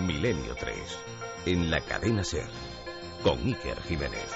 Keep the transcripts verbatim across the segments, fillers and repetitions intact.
Milenio tres, en la cadena SER, con Iker Jiménez.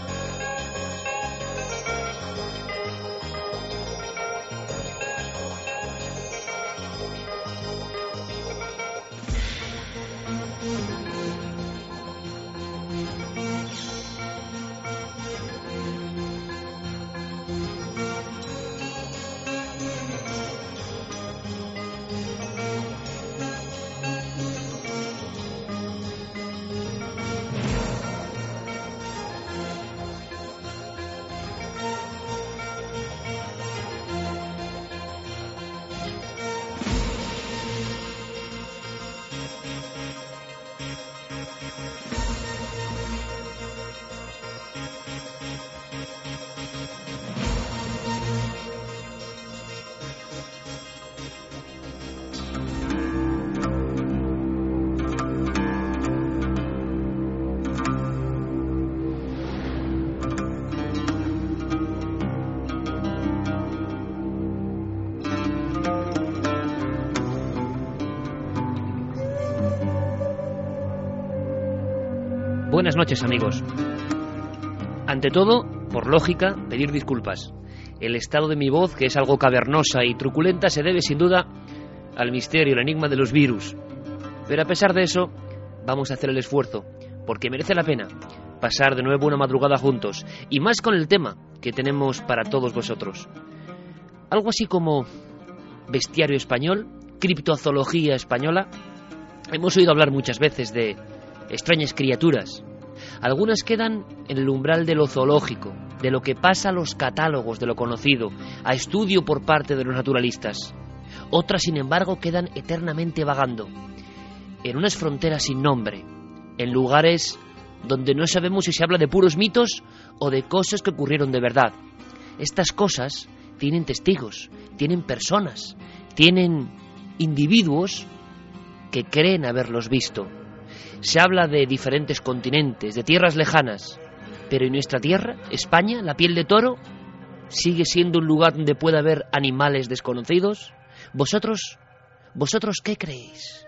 Buenas noches, amigos. Ante todo, por lógica, pedir disculpas. El estado de mi voz, que es algo cavernosa y truculenta, se debe sin duda al misterio, el enigma de los virus. Pero a pesar de eso, vamos a hacer el esfuerzo, porque merece la pena pasar de nuevo una madrugada juntos, y más con el tema que tenemos para todos vosotros. Algo así como bestiario español, criptozoología española. Hemos oído hablar muchas veces de extrañas criaturas. Algunas quedan en el umbral de lo zoológico, de lo que pasa a los catálogos de lo conocido, a estudio por parte de los naturalistas. Otras, sin embargo, quedan eternamente vagando, en unas fronteras sin nombre, en lugares donde no sabemos si se habla de puros mitos o de cosas que ocurrieron de verdad. Estas cosas tienen testigos, tienen personas, tienen individuos que creen haberlos visto. Se habla de diferentes continentes, de tierras lejanas, pero en nuestra tierra, España, la piel de toro, ¿sigue siendo un lugar donde pueda haber animales desconocidos? ¿Vosotros, vosotros qué creéis?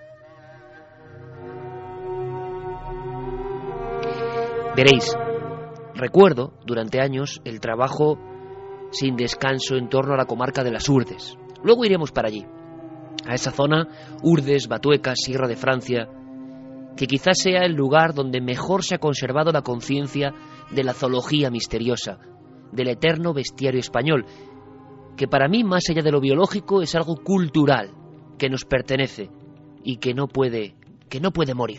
Veréis, recuerdo durante años el trabajo sin descanso en torno a la comarca de las Urdes. Luego iremos para allí, a esa zona, Urdes, Batuecas, Sierra de Francia, que quizás sea el lugar donde mejor se ha conservado la conciencia de la zoología misteriosa, del eterno bestiario español, que para mí, más allá de lo biológico, es algo cultural, que nos pertenece y que no puede, que no puede morir.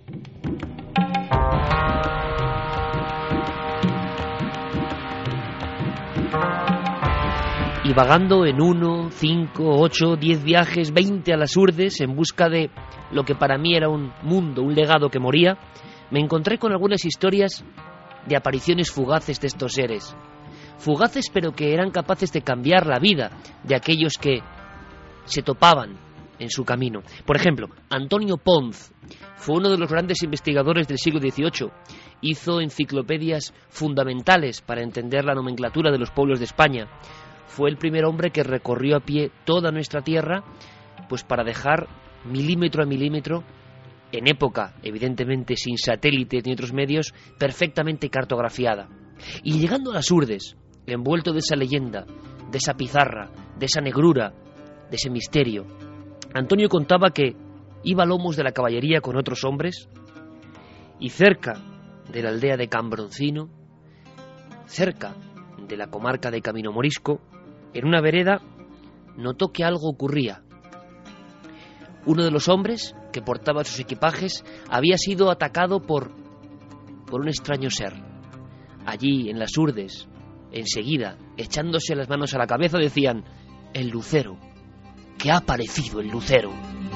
Y vagando en uno, cinco, ocho, diez viajes, veinte a las Urdes, en busca de lo que para mí era un mundo, un legado que moría, me encontré con algunas historias de apariciones fugaces de estos seres. Fugaces, pero que eran capaces de cambiar la vida de aquellos que se topaban en su camino. Por ejemplo, Antonio Ponz fue uno de los grandes investigadores del siglo dieciocho. Hizo enciclopedias fundamentales para entender la nomenclatura de los pueblos de España. Fue el primer hombre que recorrió a pie toda nuestra tierra, pues para dejar milímetro a milímetro, en época, evidentemente sin satélites ni otros medios, perfectamente cartografiada. Y llegando a las Urdes, envuelto de esa leyenda, de esa pizarra, de esa negrura, de ese misterio, Antonio contaba que iba a lomos de la caballería con otros hombres, y cerca de la aldea de Cambroncino, cerca de la comarca de Camino Morisco, en una vereda, notó que algo ocurría. Uno de los hombres que portaba sus equipajes había sido atacado por, por un extraño ser. Allí, en las Urdes, enseguida, echándose las manos a la cabeza, decían: el lucero, que ha aparecido el lucero.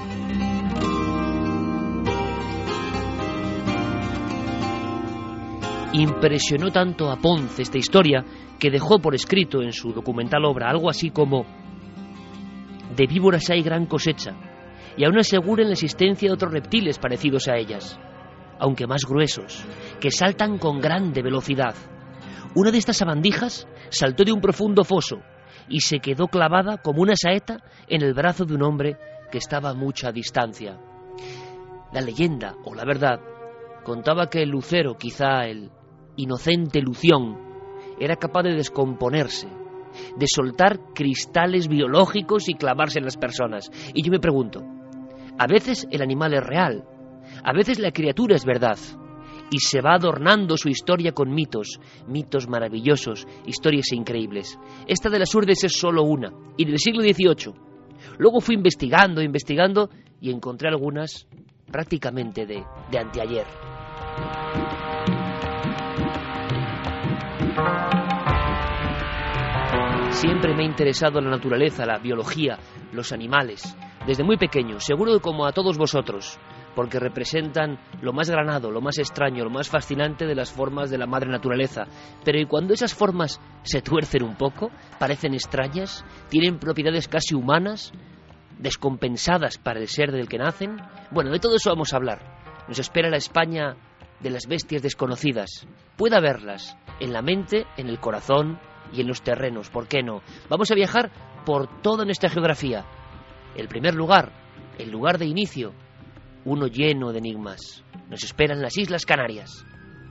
Impresionó tanto a Ponce esta historia que dejó por escrito en su documental obra algo así como: de víboras hay gran cosecha, y aún aseguran la existencia de otros reptiles parecidos a ellas, aunque más gruesos, que saltan con grande velocidad. Una de estas sabandijas saltó de un profundo foso y se quedó clavada como una saeta en el brazo de un hombre que estaba a mucha distancia. la leyenda o la verdad contaba que el lucero, quizá el inocente Lución, era capaz de descomponerse, de soltar cristales biológicos y clavarse en las personas. Y yo me pregunto, a veces el animal es real, a veces la criatura es verdad, y se va adornando su historia con mitos, mitos maravillosos, historias increíbles. Esta de las Urdes es solo una, y del siglo dieciocho. Luego fui investigando, investigando, y encontré algunas prácticamente de, de anteayer. Siempre me ha interesado la naturaleza, la biología, los animales, desde muy pequeño, seguro que como a todos vosotros, porque representan lo más granado, lo más extraño, lo más fascinante de las formas de la madre naturaleza. Pero ¿y cuando esas formas se tuercen un poco, parecen extrañas, tienen propiedades casi humanas, descompensadas para el ser del que nacen? Bueno, de todo eso vamos a hablar. Nos espera la España de las bestias desconocidas. Puede haberlas en la mente, en el corazón y en los terrenos, ¿por qué no? Vamos a viajar por toda nuestra geografía. El primer lugar, el lugar de inicio, uno lleno de enigmas. Nos esperan las Islas Canarias.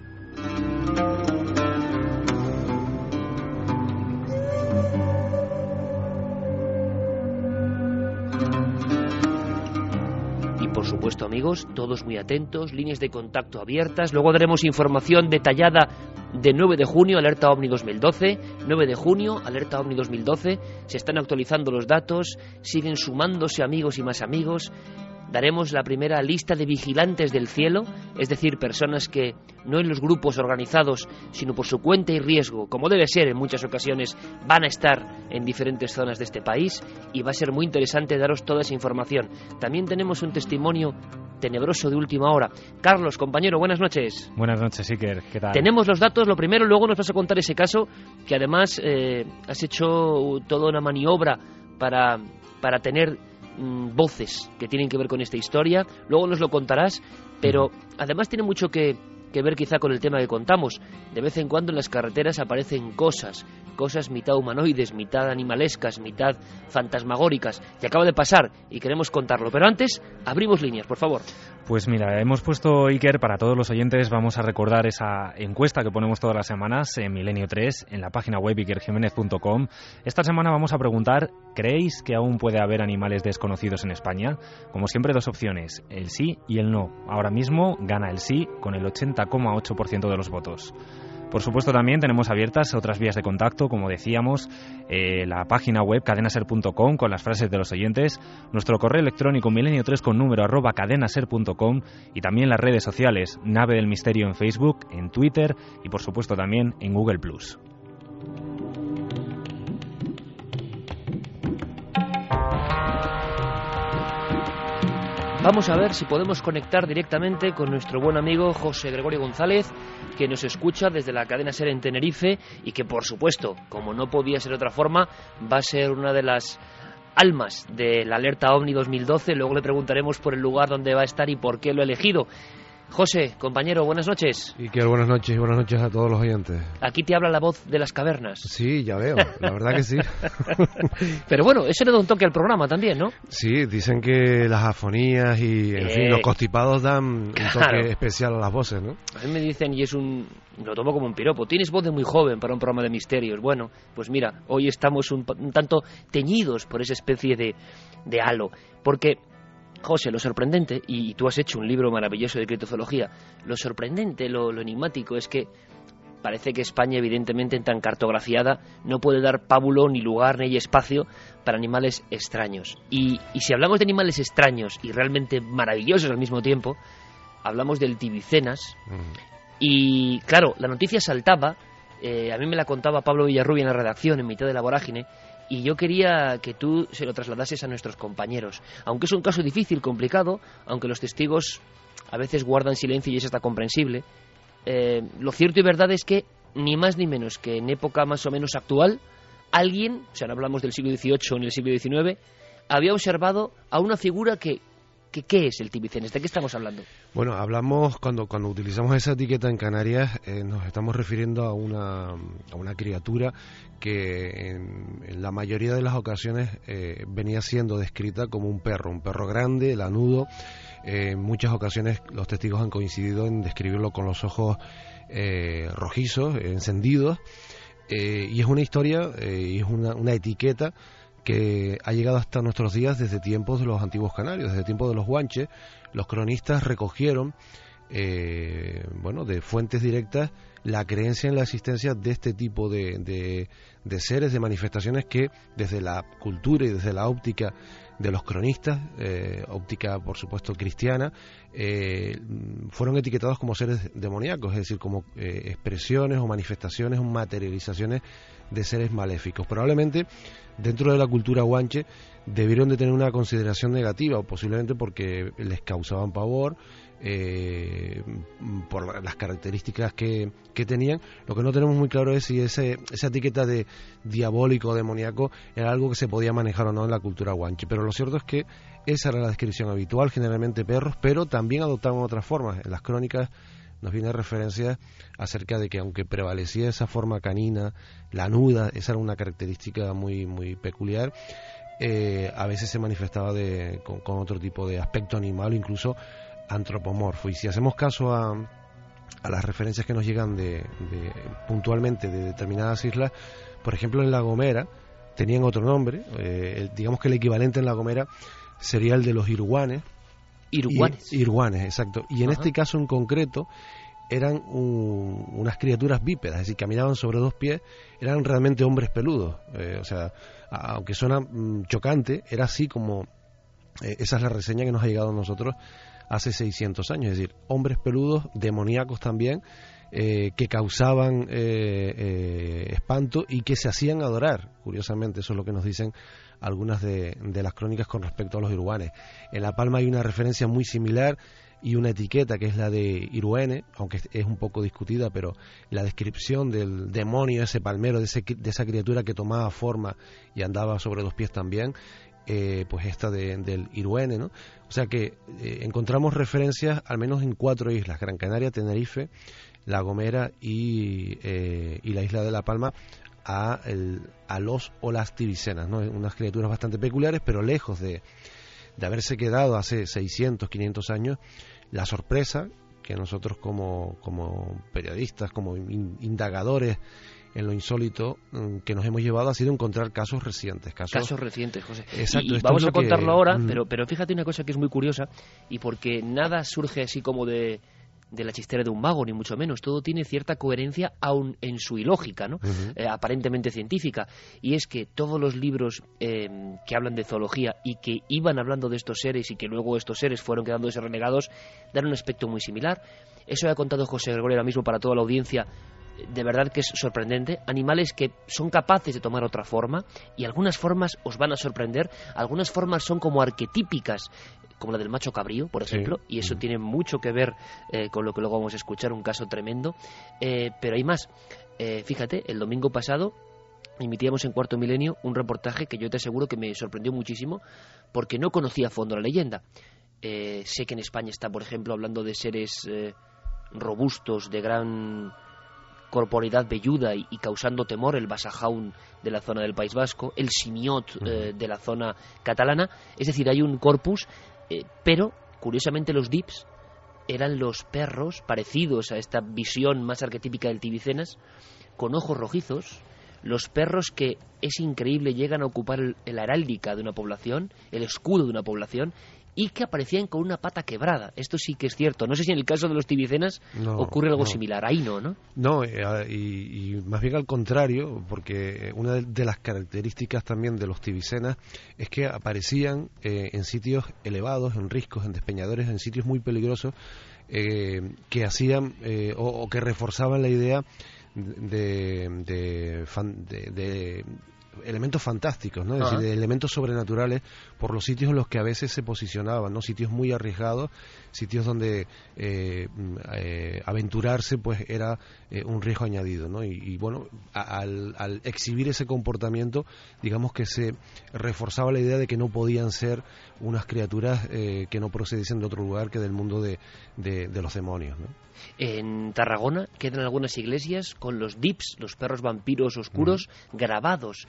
Por supuesto, amigos, todos muy atentos, líneas de contacto abiertas. Luego daremos información detallada de nueve de junio, alerta OVNI dos mil doce. nueve de junio, alerta OVNI dos mil doce. Se están actualizando los datos, siguen sumándose amigos y más amigos. Daremos la primera lista de vigilantes del cielo, es decir, personas que no en los grupos organizados, sino por su cuenta y riesgo, como debe ser en muchas ocasiones, van a estar en diferentes zonas de este país, y va a ser muy interesante daros toda esa información. También tenemos un testimonio tenebroso de última hora. Carlos, compañero, buenas noches. Buenas noches, Iker, ¿qué tal? Tenemos los datos, lo primero, luego nos vas a contar ese caso, que además eh, has hecho toda una maniobra para, para tener voces que tienen que ver con esta historia, luego nos lo contarás, pero además tiene mucho que, que ver quizá con el tema que contamos. De vez en cuando en las carreteras aparecen cosas, cosas mitad humanoides, mitad animalescas, mitad fantasmagóricas, que acaba de pasar y queremos contarlo, pero antes abrimos líneas, por favor. Pues mira, hemos puesto, Iker, para todos los oyentes, vamos a recordar esa encuesta que ponemos todas las semanas en Milenio tres, en la página web iker jiménez punto com. Esta semana vamos a preguntar, ¿creéis que aún puede haber animales desconocidos en España? Como siempre, dos opciones, el sí y el no. Ahora mismo gana el sí con el ochenta coma ocho por ciento de los votos. Por supuesto, también tenemos abiertas otras vías de contacto, como decíamos, eh, la página web cadenaser punto com con las frases de los oyentes, nuestro correo electrónico milenio tres con número arroba cadenaser punto com y también las redes sociales, Nave del Misterio en Facebook, en Twitter y por supuesto también en Google plus. Vamos a ver si podemos conectar directamente con nuestro buen amigo José Gregorio González, que nos escucha desde la cadena SER en Tenerife y que, por supuesto, como no podía ser de otra forma, va a ser una de las almas de la alerta OVNI dos mil doce. Luego le preguntaremos por el lugar donde va a estar y por qué lo ha elegido. José, compañero, buenas noches. Iker, buenas noches y buenas noches a todos los oyentes. Aquí te habla la voz de las cavernas. Sí, ya veo, la verdad que sí. Pero bueno, eso le da un toque al programa también, ¿no? Sí, dicen que las afonías y, en eh, fin, los constipados dan claro. un toque especial a las voces, ¿no? A mí me dicen, y es un... lo tomo como un piropo, tienes voz de muy joven para un programa de misterios. Bueno, pues mira, hoy estamos un, un tanto teñidos por esa especie de, de halo, porque... José, lo sorprendente, y tú has hecho un libro maravilloso de criptozoología, lo sorprendente, lo, lo enigmático es que parece que España, evidentemente tan cartografiada, no puede dar pábulo, ni lugar, ni espacio para animales extraños. Y, y si hablamos de animales extraños y realmente maravillosos al mismo tiempo, hablamos del Tibicenas, uh-huh. Y claro, la noticia saltaba, eh, a mí me la contaba Pablo Villarrubia en la redacción, en mitad de la vorágine, y yo quería que tú se lo trasladases a nuestros compañeros. Aunque es un caso difícil, complicado, aunque los testigos a veces guardan silencio y es hasta comprensible, eh, lo cierto y verdad es que ni más ni menos que en época más o menos actual, alguien, o sea, no hablamos del siglo dieciocho ni del siglo diecinueve, había observado a una figura que... que ¿qué es el Tibicenas? ¿De qué estamos hablando? Bueno, hablamos, cuando, cuando utilizamos esa etiqueta en Canarias, eh, nos estamos refiriendo a una, a una criatura que en, en la mayoría de las ocasiones eh, venía siendo descrita como un perro, un perro grande, lanudo, Eh, en muchas ocasiones los testigos han coincidido en describirlo con los ojos eh, rojizos, encendidos, eh, y es una historia eh, y es una, una etiqueta que ha llegado hasta nuestros días desde tiempos de los antiguos canarios, desde tiempos de los guanches. Los cronistas recogieron, eh, bueno, de fuentes directas, la creencia en la existencia de este tipo de, de, de seres, de manifestaciones que desde la cultura y desde la óptica de los cronistas, eh, óptica por supuesto cristiana, eh, fueron etiquetados como seres demoníacos, es decir, como eh, expresiones o manifestaciones o materializaciones de seres maléficos. Probablemente dentro de la cultura guanche debieron de tener una consideración negativa, o posiblemente porque les causaban pavor, eh, por las características que, que tenían. Lo que no tenemos muy claro es si ese, esa etiqueta de diabólico o demoníaco era algo que se podía manejar o no en la cultura guanche, pero lo cierto es que esa era la descripción habitual, generalmente perros, pero también adoptaban otras formas. En las crónicas nos viene referencia acerca de que aunque prevalecía esa forma canina, lanuda, esa era una característica muy, muy peculiar, eh, a veces se manifestaba de, con, con otro tipo de aspecto animal, incluso antropomorfo. Y si hacemos caso a, a las referencias que nos llegan de, de puntualmente de determinadas islas, por ejemplo en La Gomera tenían otro nombre, eh, el, digamos que el equivalente en La Gomera sería el de los irguanes. Irguanes. Y, irguanes, exacto. Y en Ajá. este caso en concreto eran un, unas criaturas bípedas, es decir, caminaban sobre dos pies, eran realmente hombres peludos. Eh, o sea, a, aunque suena mm, chocante, era así como, eh, esa es la reseña que nos ha llegado a nosotros hace seiscientos años, es decir, hombres peludos, demoníacos también, eh, que causaban eh, eh, espanto y que se hacían adorar. Curiosamente, eso es lo que nos dicen algunas de, de las crónicas con respecto a los irguanes. En La Palma hay una referencia muy similar y una etiqueta que es la de Iruene, aunque es un poco discutida, pero la descripción del demonio, ese palmero, de, ese, de esa criatura que tomaba forma y andaba sobre dos pies también, eh, pues esta de, del Iruene, ¿no? O sea que eh, encontramos referencias al menos en cuatro islas: Gran Canaria, Tenerife, La Gomera y, eh, y la isla de La Palma, a, el, a los o las tibicenas, ¿no? Unas criaturas bastante peculiares, pero lejos de, de haberse quedado hace seiscientos, quinientos años. La sorpresa que nosotros como, como periodistas, como in, indagadores en lo insólito, que nos hemos llevado ha sido encontrar casos recientes. Casos, casos recientes, José. Exacto, y, y vamos a contarlo que, ahora, mm, pero, pero fíjate una cosa que es muy curiosa, y porque nada surge así como de... de la chistera de un mago, ni mucho menos. Todo tiene cierta coherencia aun en su ilógica, ¿no? Uh-huh. eh, aparentemente científica. Y es que todos los libros eh, que hablan de zoología y que iban hablando de estos seres y que luego estos seres fueron quedándose renegados, dan un aspecto muy similar. Eso ha contado José Gregorio ahora mismo para toda la audiencia. De verdad que es sorprendente. Animales que son capaces de tomar otra forma, y algunas formas os van a sorprender. Algunas formas son como arquetípicas, como la del macho cabrío, por ejemplo, sí. Y eso tiene mucho que ver eh, con lo que luego vamos a escuchar, un caso tremendo. Eh, pero hay más. Eh, fíjate, el domingo pasado emitíamos en Cuarto Milenio un reportaje que yo te aseguro que me sorprendió muchísimo, porque no conocía a fondo la leyenda. Eh, sé que en España está, por ejemplo, hablando de seres eh, robustos, de gran corporidad velluda y, y causando temor, el basajaun de la zona del País Vasco, el simiot eh, de la zona catalana. Es decir, hay un corpus, eh, pero curiosamente los dips eran los perros parecidos a esta visión más arquetípica del Tibicenas, con ojos rojizos, los perros que, es increíble, llegan a ocupar el, la heráldica de una población, el escudo de una población, y que aparecían con una pata quebrada. Esto sí que es cierto. No sé si en el caso de los tibicenas no, ocurre algo no. similar. Ahí no, ¿no? No, eh, y, y más bien al contrario, porque una de las características también de los tibicenas es que aparecían eh, en sitios elevados, en riscos, en despeñadores, en sitios muy peligrosos, eh, que hacían eh, o, o que reforzaban la idea de, de, fan, de, de elementos fantásticos, ¿no? Es uh-huh. decir, de elementos sobrenaturales por los sitios en los que a veces se posicionaban, ¿no? Sitios muy arriesgados, sitios donde eh, eh, aventurarse pues era eh, un riesgo añadido, ¿no? Y, y bueno, a, al, al exhibir ese comportamiento, digamos que se reforzaba la idea de que no podían ser unas criaturas eh, que no procediesen de otro lugar que del mundo de, de, de los demonios, ¿no? En Tarragona quedan algunas iglesias con los dips, los perros vampiros oscuros, mm. grabados.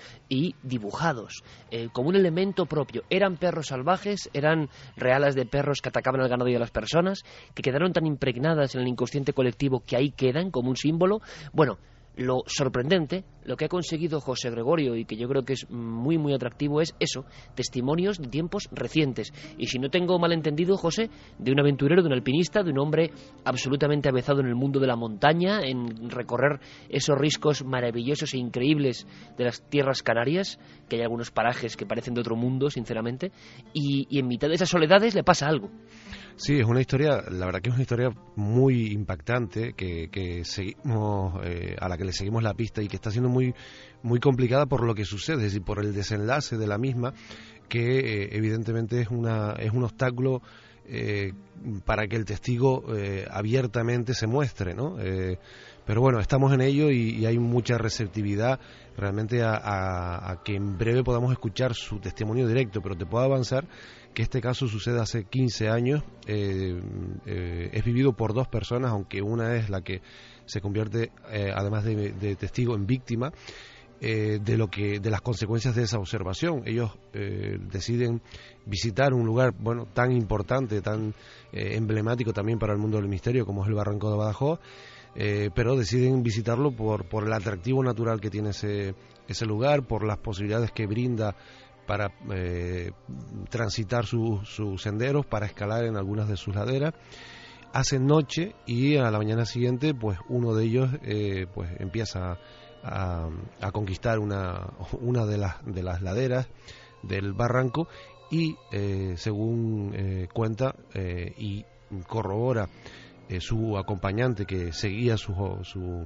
y dibujados, eh, como un elemento propio. Eran perros salvajes, eran realas de perros que atacaban al ganado y a las personas, que quedaron tan impregnadas en el inconsciente colectivo que ahí quedan como un símbolo. Bueno, lo sorprendente, lo que ha conseguido José Gregorio, y que yo creo que es muy muy atractivo, es eso, testimonios de tiempos recientes. Y si no tengo malentendido, José, de un aventurero, de un alpinista, de un hombre absolutamente avezado en el mundo de la montaña, en recorrer esos riscos maravillosos e increíbles de las tierras canarias, que hay algunos parajes que parecen de otro mundo, sinceramente, y, y en mitad de esas soledades le pasa algo. Sí, es una historia, la verdad que es una historia muy impactante, que, que seguimos, eh, a la que le seguimos la pista y que está siendo muy, muy complicada por lo que sucede, es decir, por el desenlace de la misma, que eh, evidentemente es, una, es un obstáculo eh, para que el testigo eh, abiertamente se muestre, ¿no? Eh, pero bueno, estamos en ello y, y hay mucha receptividad realmente a, a, a que en breve podamos escuchar su testimonio directo, pero te puedo avanzar que este caso sucede hace quince años, eh, eh, es vivido por dos personas, aunque una es la que se convierte, eh, además de, de testigo, en víctima eh, de lo que de las consecuencias de esa observación. Ellos eh, deciden visitar un lugar, bueno, tan importante, tan eh, emblemático también para el mundo del misterio como es el Barranco de Badajoz, eh, pero deciden visitarlo por, por el atractivo natural que tiene ese, ese lugar, por las posibilidades que brinda para eh, transitar sus su senderos, para escalar en algunas de sus laderas. Hacen noche y a la mañana siguiente, pues uno de ellos eh, pues empieza a, a conquistar una, una de las de las laderas del barranco y eh, según eh, cuenta eh, y corrobora eh, su acompañante que seguía sus su,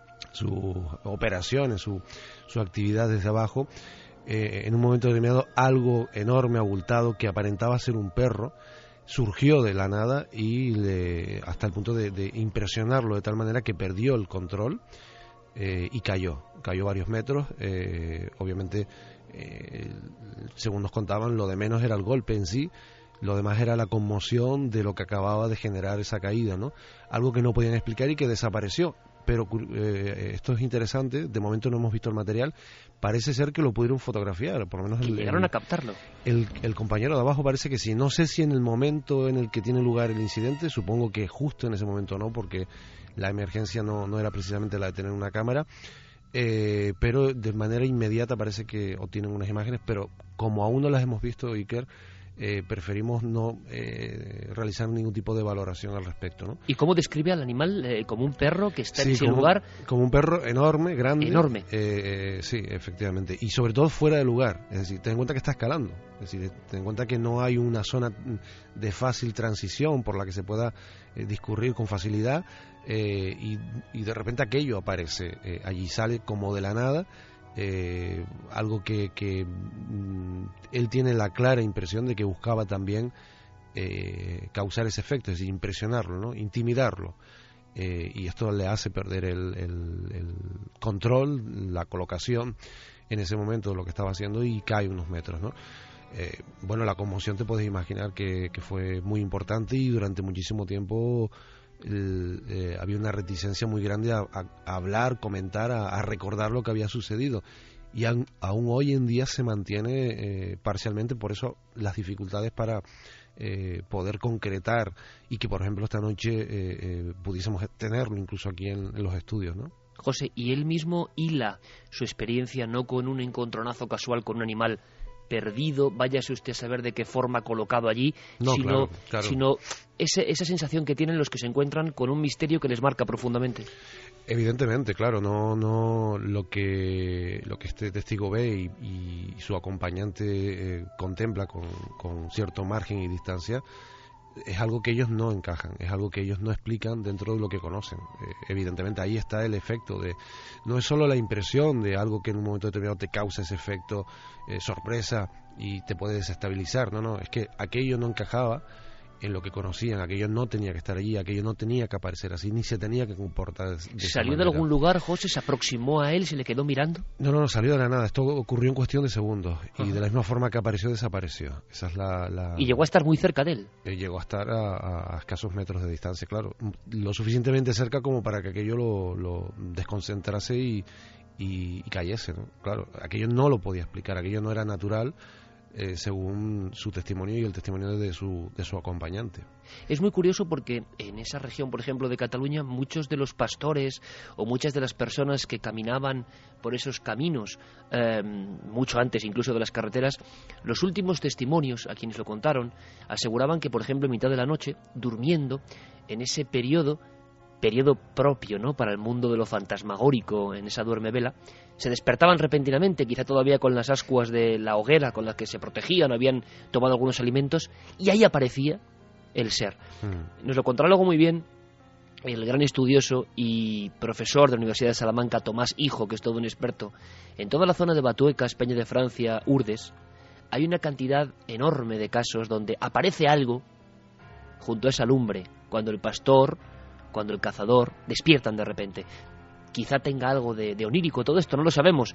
su operaciones, su, su actividad desde abajo. Eh, en un momento determinado algo enorme, abultado, que aparentaba ser un perro, surgió de la nada y le, hasta el punto de, de impresionarlo de tal manera que perdió el control eh, y cayó, cayó varios metros. Eh, obviamente, eh, según nos contaban, lo de menos era el golpe en sí, lo demás era la conmoción de lo que acababa de generar esa caída, ¿no? Algo que no podían explicar y que desapareció. Pero eh, esto es interesante, de momento no hemos visto el material, parece ser que lo pudieron fotografiar, por lo menos... Que el, llegaron el, a captarlo. El, el compañero de abajo parece que sí, no sé si en el momento en el que tiene lugar el incidente, supongo que justo en ese momento no, porque la emergencia no, no era precisamente la de tener una cámara, eh, pero de manera inmediata parece que obtienen unas imágenes, pero como aún no las hemos visto, Iker, Eh, preferimos no eh, realizar ningún tipo de valoración al respecto, ¿no? ¿Y cómo describe al animal? Eh, como un perro que está sí, en ese como, lugar. Como un perro enorme, grande. Enorme. Eh, sí, efectivamente. Y sobre todo fuera de lugar. Es decir, ten en cuenta que está escalando. Es decir, ten en cuenta que no hay una zona de fácil transición por la que se pueda eh, discurrir con facilidad. Eh, y, y de repente aquello aparece. Eh, allí sale como de la nada. Eh, algo que, que mm, él tiene la clara impresión de que buscaba también eh, causar ese efecto, es decir, impresionarlo, ¿no? Intimidarlo, eh, y esto le hace perder el, el, el control, la colocación en ese momento de lo que estaba haciendo y cae unos metros, ¿no? Eh, bueno, la conmoción te puedes imaginar que, que fue muy importante y durante muchísimo tiempo El, eh, había una reticencia muy grande a, a, a hablar, comentar, a, a recordar lo que había sucedido y a, aún hoy en día se mantiene eh, parcialmente, por eso las dificultades para eh, poder concretar y que por ejemplo esta noche eh, eh, pudiésemos tenerlo incluso aquí en, en los estudios, ¿no? José, y él mismo hila su experiencia no con un encontronazo casual con un animal perdido, váyase usted a saber de qué forma colocado allí, no, sino, claro, claro. sino ese, esa sensación que tienen los que se encuentran con un misterio que les marca profundamente. Evidentemente, claro, no, no lo que lo que este testigo ve y, y su acompañante eh, contempla con, con cierto margen y distancia es algo que ellos no encajan, es algo que ellos no explican dentro de lo que conocen. Eh, evidentemente ahí está el efecto de, no es solo la impresión de algo que en un momento determinado te causa ese efecto eh, sorpresa y te puede desestabilizar, no, no, es que aquello no encajaba en lo que conocían, aquello no tenía que estar allí, aquello no tenía que aparecer así, ni se tenía que comportar de, de ¿Salió esa de manera. algún lugar, José, se aproximó a él, se le quedó mirando? No, no, no, salió de la nada, esto ocurrió en cuestión de segundos y Ajá. de la misma forma que apareció, desapareció. Esa es la, la... Y llegó a estar muy cerca de él. Eh, llegó a estar a, a, a escasos metros de distancia, claro, lo suficientemente cerca como para que aquello lo, lo desconcentrase y, y, y cayese, ¿no? Claro, aquello no lo podía explicar, aquello no era natural, eh, según su testimonio y el testimonio de su, de su acompañante. Es muy curioso porque en esa región, por ejemplo, de Cataluña, muchos de los pastores o muchas de las personas que caminaban por esos caminos, eh, mucho antes incluso de las carreteras, los últimos testimonios, a quienes lo contaron, aseguraban que, por ejemplo, en mitad de la noche, durmiendo, en ese periodo, periodo propio, ¿no?, para el mundo de lo fantasmagórico, en esa duermevela, se despertaban repentinamente, quizá todavía con las ascuas de la hoguera con las que se protegían, habían tomado algunos alimentos, y ahí aparecía el ser. Mm. Nos lo contará luego muy bien el gran estudioso y profesor de la Universidad de Salamanca, Tomás Hijo, que es todo un experto. En toda la zona de Batuecas, Peña de Francia, Urdes, hay una cantidad enorme de casos donde aparece algo junto a esa lumbre, cuando el pastor, cuando el cazador despiertan de repente. Quizá tenga algo de, de onírico todo esto, no lo sabemos.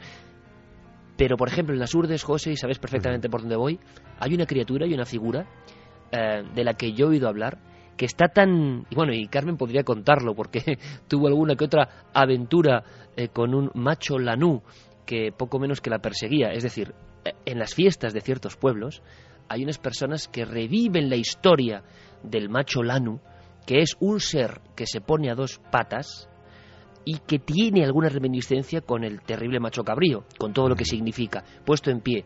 Pero, por ejemplo, en las Urdes, José, y sabes perfectamente por dónde voy, hay una criatura y una figura eh, de la que yo he oído hablar, que está tan... Y bueno, y Carmen podría contarlo, porque tuvo alguna que otra aventura eh, con un macho lanú que poco menos que la perseguía. Es decir, eh, en las fiestas de ciertos pueblos hay unas personas que reviven la historia del macho lanú, que es un ser que se pone a dos patas y que tiene alguna reminiscencia con el terrible macho cabrío, con todo lo que significa, puesto en pie.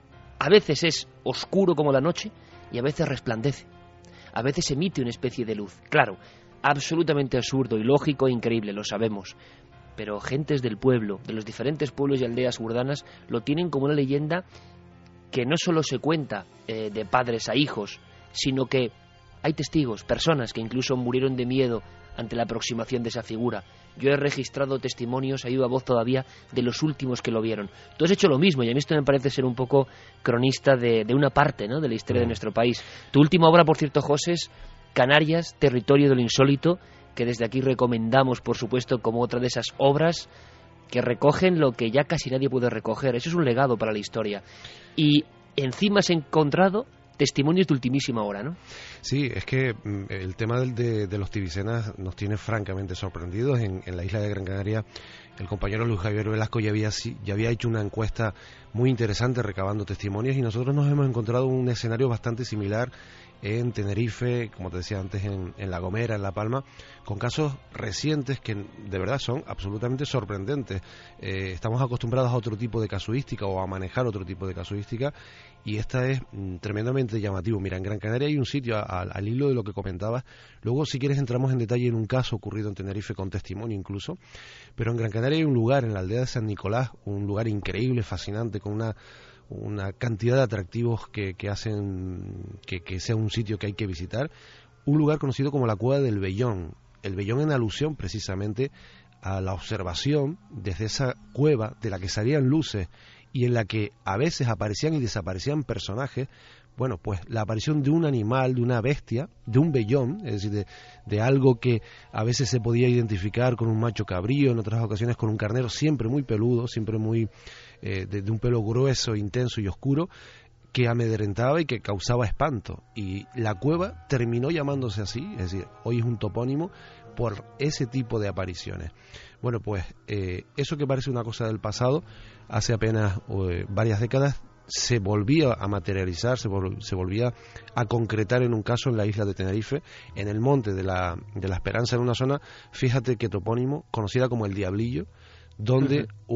A veces es oscuro como la noche y a veces resplandece. A veces emite una especie de luz. Claro, absolutamente absurdo, ilógico e increíble, lo sabemos. Pero gentes del pueblo, de los diferentes pueblos y aldeas urdanas, lo tienen como una leyenda que no solo se cuenta eh, de padres a hijos, sino que hay testigos, personas que incluso murieron de miedo ante la aproximación de esa figura. Yo he registrado testimonios, a viva voz todavía, de los últimos que lo vieron. Tú has hecho lo mismo, y a mí esto me parece ser un poco cronista de, de una parte, ¿no?, de la historia de nuestro país. Tu última obra, por cierto, José, es Canarias, territorio de lo insólito, que desde aquí recomendamos, por supuesto, como otra de esas obras que recogen lo que ya casi nadie puede recoger. Eso es un legado para la historia. Y encima has encontrado testimonios de ultimísima hora, ¿no? Sí, es que el tema de, de, de los tibicenas nos tiene francamente sorprendidos. En, en la isla de Gran Canaria, el compañero Luis Javier Velasco ya había, ya había hecho una encuesta muy interesante recabando testimonios, y nosotros nos hemos encontrado un escenario bastante similar en Tenerife, como te decía antes, en, en La Gomera, en La Palma, con casos recientes que de verdad son absolutamente sorprendentes. Eh, estamos acostumbrados a otro tipo de casuística o a manejar otro tipo de casuística, y esta es mm, tremendamente llamativo. Mira, en Gran Canaria hay un sitio, a, a, al hilo de lo que comentabas, luego si quieres entramos en detalle en un caso ocurrido en Tenerife con testimonio incluso, pero en Gran Canaria hay un lugar, en la aldea de San Nicolás, un lugar increíble, fascinante, con una una cantidad de atractivos que, que hacen que, que sea un sitio que hay que visitar, un lugar conocido como la Cueva del Vellón. El Vellón en alusión precisamente a la observación desde esa cueva de la que salían luces y en la que a veces aparecían y desaparecían personajes. Bueno, pues la aparición de un animal, de una bestia, de un vellón, es decir, de, de algo que a veces se podía identificar con un macho cabrío, en otras ocasiones con un carnero, siempre muy peludo, siempre muy eh, de, de un pelo grueso, intenso y oscuro, que amedrentaba y que causaba espanto. Y la cueva terminó llamándose así, es decir, hoy es un topónimo por ese tipo de apariciones. Bueno, pues eh, eso que parece una cosa del pasado, hace apenas eh, varias décadas, se volvía a materializar, se, vol se volvía a concretar en un caso en la isla de Tenerife, en el monte de la, de la Esperanza, en una zona, fíjate qué topónimo, conocida como el Diablillo, donde uh-huh.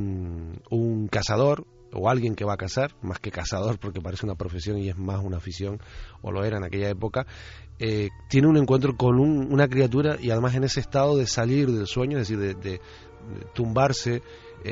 un, un cazador, o alguien que va a cazar, más que cazador porque parece una profesión y es más una afición, o lo era en aquella época, eh, tiene un encuentro con un, una criatura, y además en ese estado de salir del sueño, es decir, de, de, de tumbarse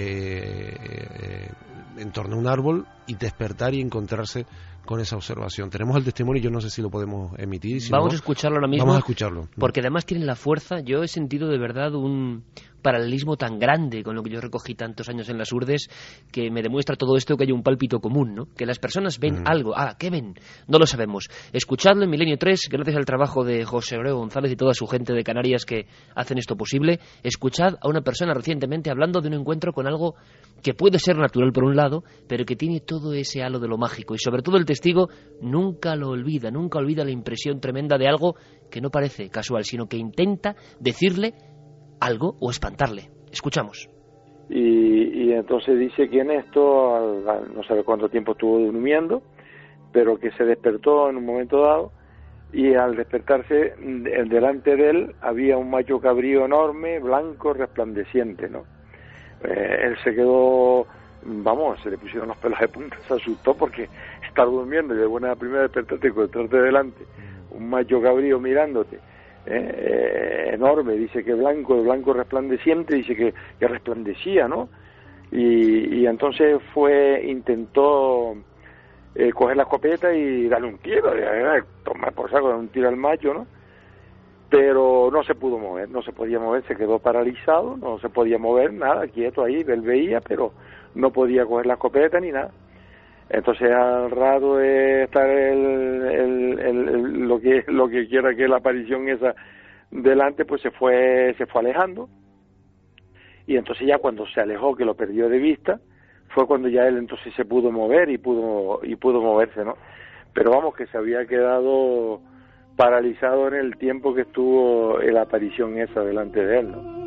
eh, eh, en torno a un árbol y despertar y encontrarse con esa observación. Tenemos el testimonio, yo no sé si lo podemos emitir. Si vamos no, a escucharlo ahora mismo. Vamos a escucharlo. Porque además tiene la fuerza. Yo he sentido de verdad un paralelismo tan grande con lo que yo recogí tantos años en las Urdes, que me demuestra todo esto que hay un pálpito común, ¿no? Que las personas ven mm. algo. Ah, ¿qué ven? No lo sabemos. Escuchadlo en Milenio tres, gracias al trabajo de José Abreu González y toda su gente de Canarias que hacen esto posible. Escuchad a una persona recientemente hablando de un encuentro con algo que puede ser natural por un lado, pero que tiene todo ese halo de lo mágico, y sobre todo el testigo nunca lo olvida, nunca olvida la impresión tremenda de algo que no parece casual, sino que intenta decirle algo o espantarle. Escuchamos. Y, y entonces dice que en esto, al, al, no sabe cuánto tiempo estuvo durmiendo, pero que se despertó en un momento dado, y al despertarse, en delante de él había un macho cabrío enorme, blanco, resplandeciente, ¿no? Eh, él se quedó, vamos, se le pusieron los pelos de punta, se asustó porque estar durmiendo y de buena primera despertarte y encontrarte delante un macho cabrío mirándote, eh, eh, enorme, dice que blanco, blanco resplandeciente, dice que, que resplandecía, ¿no? Y, y entonces fue, intentó eh, coger la escopeta y darle un tiro, eh, tomar por saco, dar un tiro al macho, ¿no? Pero no se pudo mover, no se podía mover, se quedó paralizado, no se podía mover, nada, quieto ahí, él veía, pero no podía coger la escopeta ni nada. Entonces al rato de estar el, el, el, el, lo que lo que quiera que la aparición esa delante, pues se fue se fue alejando, y entonces ya cuando se alejó, que lo perdió de vista, fue cuando ya él entonces se pudo mover y pudo y pudo moverse, ¿no? Pero vamos, que se había quedado paralizado en el tiempo que estuvo la aparición esa delante de él, ¿no?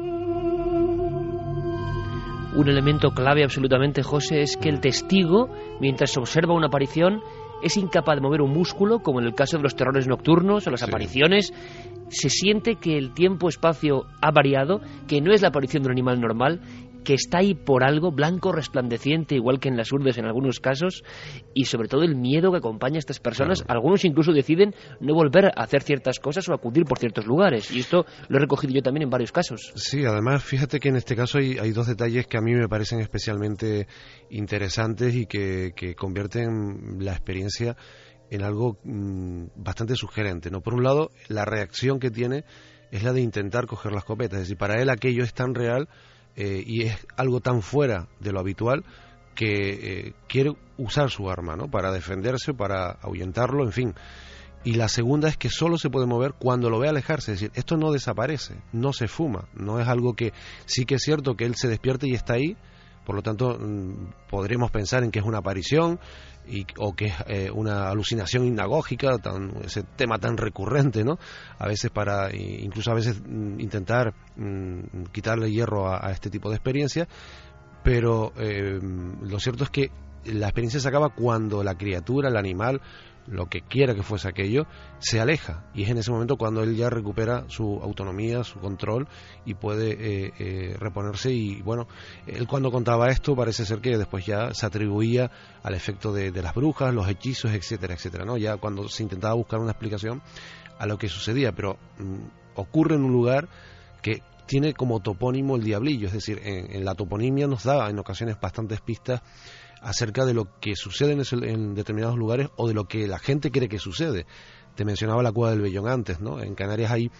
Un elemento clave absolutamente, José, es que el testigo, mientras observa una aparición, es incapaz de mover un músculo, como en el caso de los terrores nocturnos o las sí. apariciones. Se siente que el tiempo-espacio ha variado, que no es la aparición de un animal normal, que está ahí por algo, blanco, resplandeciente, igual que en las urdes en algunos casos, y sobre todo el miedo que acompaña a estas personas. Claro. Algunos incluso deciden no volver a hacer ciertas cosas o acudir por ciertos lugares, y esto lo he recogido yo también en varios casos. Sí, además fíjate que en este caso hay, hay dos detalles que a mí me parecen especialmente interesantes y que, que convierten la experiencia en algo mmm, bastante sugerente, ¿no? Por un lado, la reacción que tiene es la de intentar coger la escopeta, es decir, para él aquello es tan real Eh, y es algo tan fuera de lo habitual que eh, quiere usar su arma, ¿no? Para defenderse, para ahuyentarlo, en fin. Y la segunda es que solo se puede mover cuando lo ve alejarse, es decir, esto no desaparece, no se fuma, no es algo que sí que es cierto que él se despierte y está ahí, por lo tanto podremos pensar en que es una aparición y, o que es eh, una alucinación hipnagógica, tan, ese tema tan recurrente, ¿no? A veces para, incluso a veces intentar mm, quitarle hierro a, a este tipo de experiencias, pero eh, lo cierto es que la experiencia se acaba cuando la criatura, el animal, lo que quiera que fuese aquello, se aleja, y es en ese momento cuando él ya recupera su autonomía, su control, y puede eh, eh, reponerse. Y bueno, él cuando contaba esto parece ser que después ya se atribuía al efecto de, de las brujas, los hechizos, etcétera, etcétera, ¿no? Ya cuando se intentaba buscar una explicación a lo que sucedía, pero mmm, ocurre en un lugar que tiene como topónimo el Diablillo, es decir, en, en la toponimia nos da en ocasiones bastantes pistas acerca de lo que sucede en, ese, en determinados lugares o de lo que la gente cree que sucede. Te mencionaba la Cueva del Vellón antes, ¿no? En Canarias hay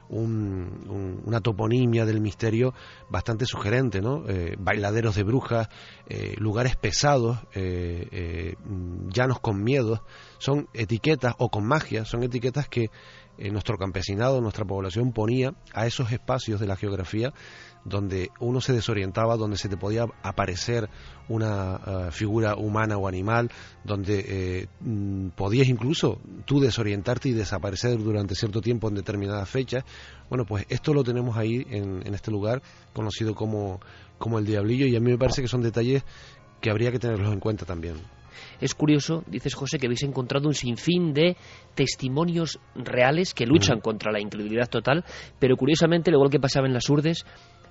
un, un, una toponimia del misterio bastante sugerente, ¿no? Eh, bailaderos de brujas, eh, lugares pesados, eh, eh, llanos con miedo, son etiquetas, o con magia, son etiquetas que eh, nuestro campesinado, nuestra población ponía a esos espacios de la geografía donde uno se desorientaba, donde se te podía aparecer una uh, figura humana o animal, donde eh, mm, podías incluso tú desorientarte y desaparecer durante cierto tiempo en determinadas fechas. Bueno, pues esto lo tenemos ahí en, en este lugar conocido como, como el Diablillo, y a mí me parece que son detalles que habría que tenerlos en cuenta también. Es curioso, dices, José, que habéis encontrado un sinfín de testimonios reales que luchan mm. contra la incredulidad total, pero curiosamente, al igual que pasaba en las urdes,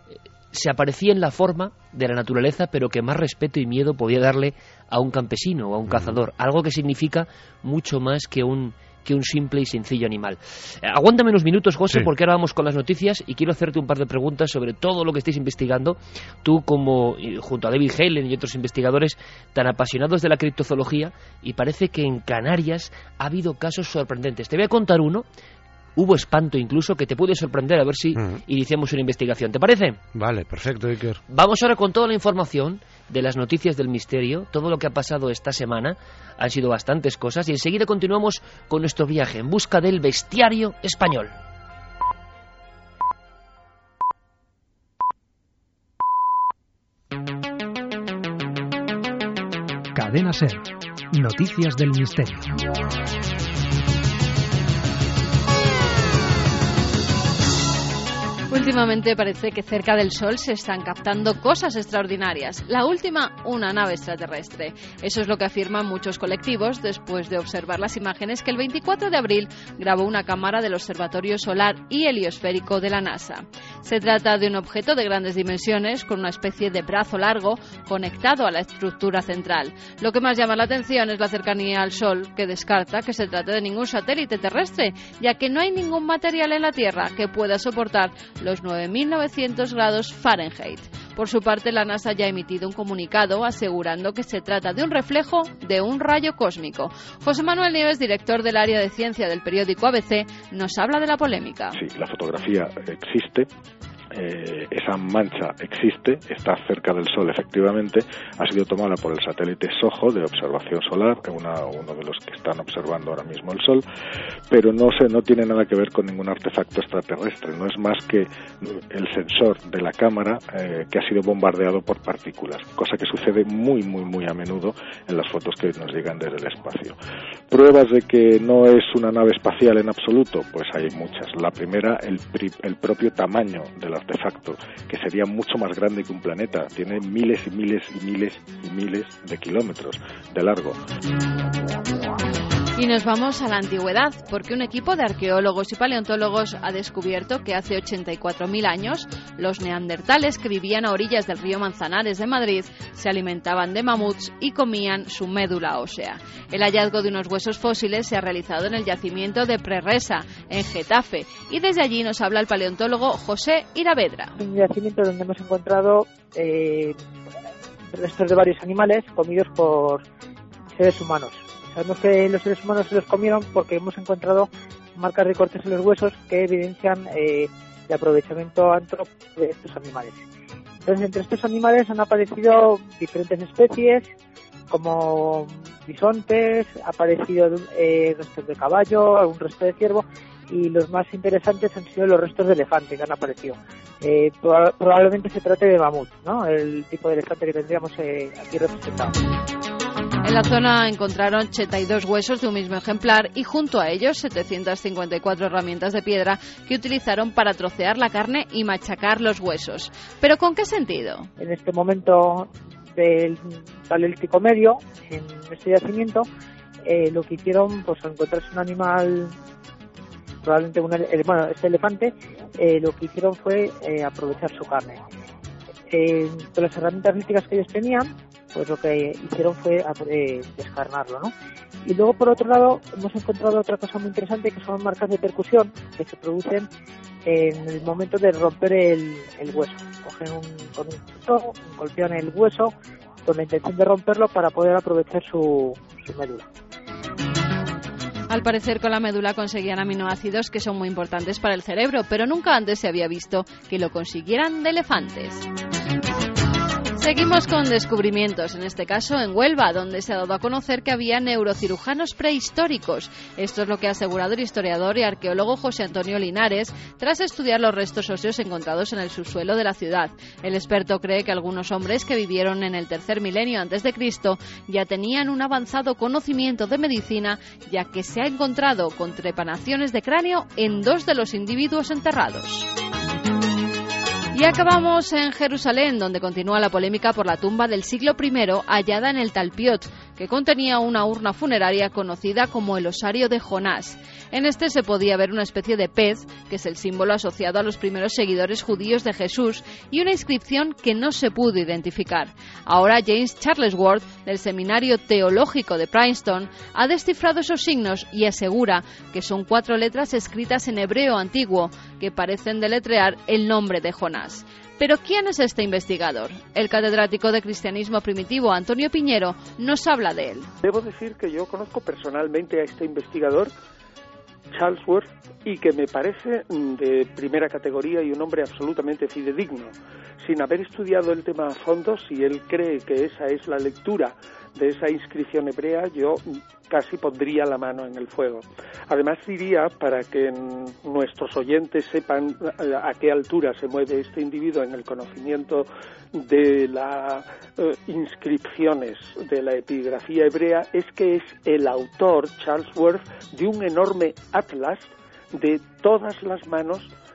se aparecía en la forma de la naturaleza, pero que más respeto y miedo podía darle a un campesino o a un mm. cazador, algo que significa mucho más que un que un simple y sencillo animal. Eh, aguántame unos minutos, José, sí. porque ahora vamos con las noticias y quiero hacerte un par de preguntas sobre todo lo que estáis investigando, tú como, junto a David Halen y otros investigadores tan apasionados de la criptozoología, y parece que en Canarias ha habido casos sorprendentes. Te voy a contar uno. Hubo espanto incluso que te puede sorprender, a ver si uh-huh. iniciamos una investigación. ¿Te parece? Vale, perfecto, Iker. Vamos ahora con toda la información de las noticias del misterio, todo lo que ha pasado esta semana. Han sido bastantes cosas y enseguida continuamos con nuestro viaje en busca del bestiario español. Cadena SER. Noticias del misterio. Últimamente parece que cerca del Sol se están captando cosas extraordinarias. La última, una nave extraterrestre. Eso es lo que afirman muchos colectivos después de observar las imágenes que el veinticuatro de abril grabó una cámara del Observatorio Solar y Heliosférico de la NASA. Se trata de un objeto de grandes dimensiones con una especie de brazo largo conectado a la estructura central. Lo que más llama la atención es la cercanía al Sol, que descarta que se trate de ningún satélite terrestre, ya que no hay ningún material en la Tierra que pueda soportar los nueve mil novecientos grados Fahrenheit. Por su parte, la NASA ya ha emitido un comunicado asegurando que se trata de un reflejo de un rayo cósmico. José Manuel Nieves, director del área de ciencia del periódico A B C, nos habla de la polémica. Sí, la fotografía existe. Eh, esa mancha existe, está cerca del Sol efectivamente, ha sido tomada por el satélite SOHO de observación solar, una, uno de los que están observando ahora mismo el Sol, pero no se, no tiene nada que ver con ningún artefacto extraterrestre, no es más que el sensor de la cámara eh, que ha sido bombardeado por partículas, cosa que sucede muy muy muy a menudo en las fotos que nos llegan desde el espacio. Pruebas de que no es una nave espacial en absoluto, pues hay muchas. La primera, el, el propio tamaño de la artefacto, que sería mucho más grande que un planeta, tiene miles y miles y miles y miles de kilómetros de largo. Y nos vamos a la antigüedad, porque un equipo de arqueólogos y paleontólogos ha descubierto que hace ochenta y cuatro mil años los neandertales que vivían a orillas del río Manzanares de Madrid se alimentaban de mamuts y comían su médula ósea. El hallazgo de unos huesos fósiles se ha realizado en el yacimiento de Prerresa, en Getafe, y desde allí nos habla el paleontólogo José Iravedra. Un yacimiento donde hemos encontrado eh, restos de varios animales comidos por seres humanos. Sabemos que los seres humanos se los comieron porque hemos encontrado marcas de cortes en los huesos que evidencian eh, el aprovechamiento antrópico de estos animales. Entonces, entre estos animales han aparecido diferentes especies, como bisontes, ha aparecido eh, restos de caballo, algún resto de ciervo, y los más interesantes han sido los restos de elefante que han aparecido. Eh, proba- probablemente se trate de mamut, ¿no? El tipo de elefante que tendríamos eh, aquí representado. En la zona encontraron ochenta y dos huesos de un mismo ejemplar y junto a ellos setecientas cincuenta y cuatro herramientas de piedra que utilizaron para trocear la carne y machacar los huesos. ¿Pero con qué sentido? En este momento del Paleolítico Medio, en este yacimiento, eh, lo que hicieron, pues al encontrarse un animal, probablemente un ele- bueno, este elefante, eh, lo que hicieron fue eh, aprovechar su carne. Eh, con las herramientas líticas que ellos tenían, pues lo que hicieron fue eh, descarnarlo, ¿no? Y luego, por otro lado, hemos encontrado otra cosa muy interesante, que son marcas de percusión que se producen en el momento de romper el, el hueso. Cogen un, con un cuchillo, golpean el hueso con la intención de romperlo para poder aprovechar su, su médula. Al parecer, con la médula conseguían aminoácidos que son muy importantes para el cerebro, pero nunca antes se había visto que lo consiguieran de elefantes. Seguimos con descubrimientos, en este caso en Huelva, donde se ha dado a conocer que había neurocirujanos prehistóricos. Esto es lo que ha asegurado el historiador y arqueólogo José Antonio Linares tras estudiar los restos óseos encontrados en el subsuelo de la ciudad. El experto cree que algunos hombres que vivieron en el tercer milenio antes de Cristo ya tenían un avanzado conocimiento de medicina, ya que se ha encontrado con trepanaciones de cráneo en dos de los individuos enterrados. Y acabamos en Jerusalén, donde continúa la polémica por la tumba del siglo primero hallada en el Talpiot, que contenía una urna funeraria conocida como el osario de Jonás. En este se podía ver una especie de pez, que es el símbolo asociado a los primeros seguidores judíos de Jesús, y una inscripción que no se pudo identificar. Ahora James Charlesworth, del Seminario Teológico de Princeton, ha descifrado esos signos y asegura que son cuatro letras escritas en hebreo antiguo, que parecen deletrear el nombre de Jonás. Pero ¿quién es este investigador? El catedrático de Cristianismo Primitivo, Antonio Piñero, nos habla de él. Debo decir que yo conozco personalmente a este investigador, Charlesworth, y que me parece de primera categoría y un hombre absolutamente fidedigno. Sin haber estudiado el tema a fondo, si él cree que esa es la lectura de esa inscripción hebrea, yo casi pondría la mano en el fuego. Además diría, para que nuestros oyentes sepan a qué altura se mueve este individuo en el conocimiento de las eh, inscripciones de la epigrafía hebrea, es que es el autor, Charlesworth, de un enorme atlas de todas las manos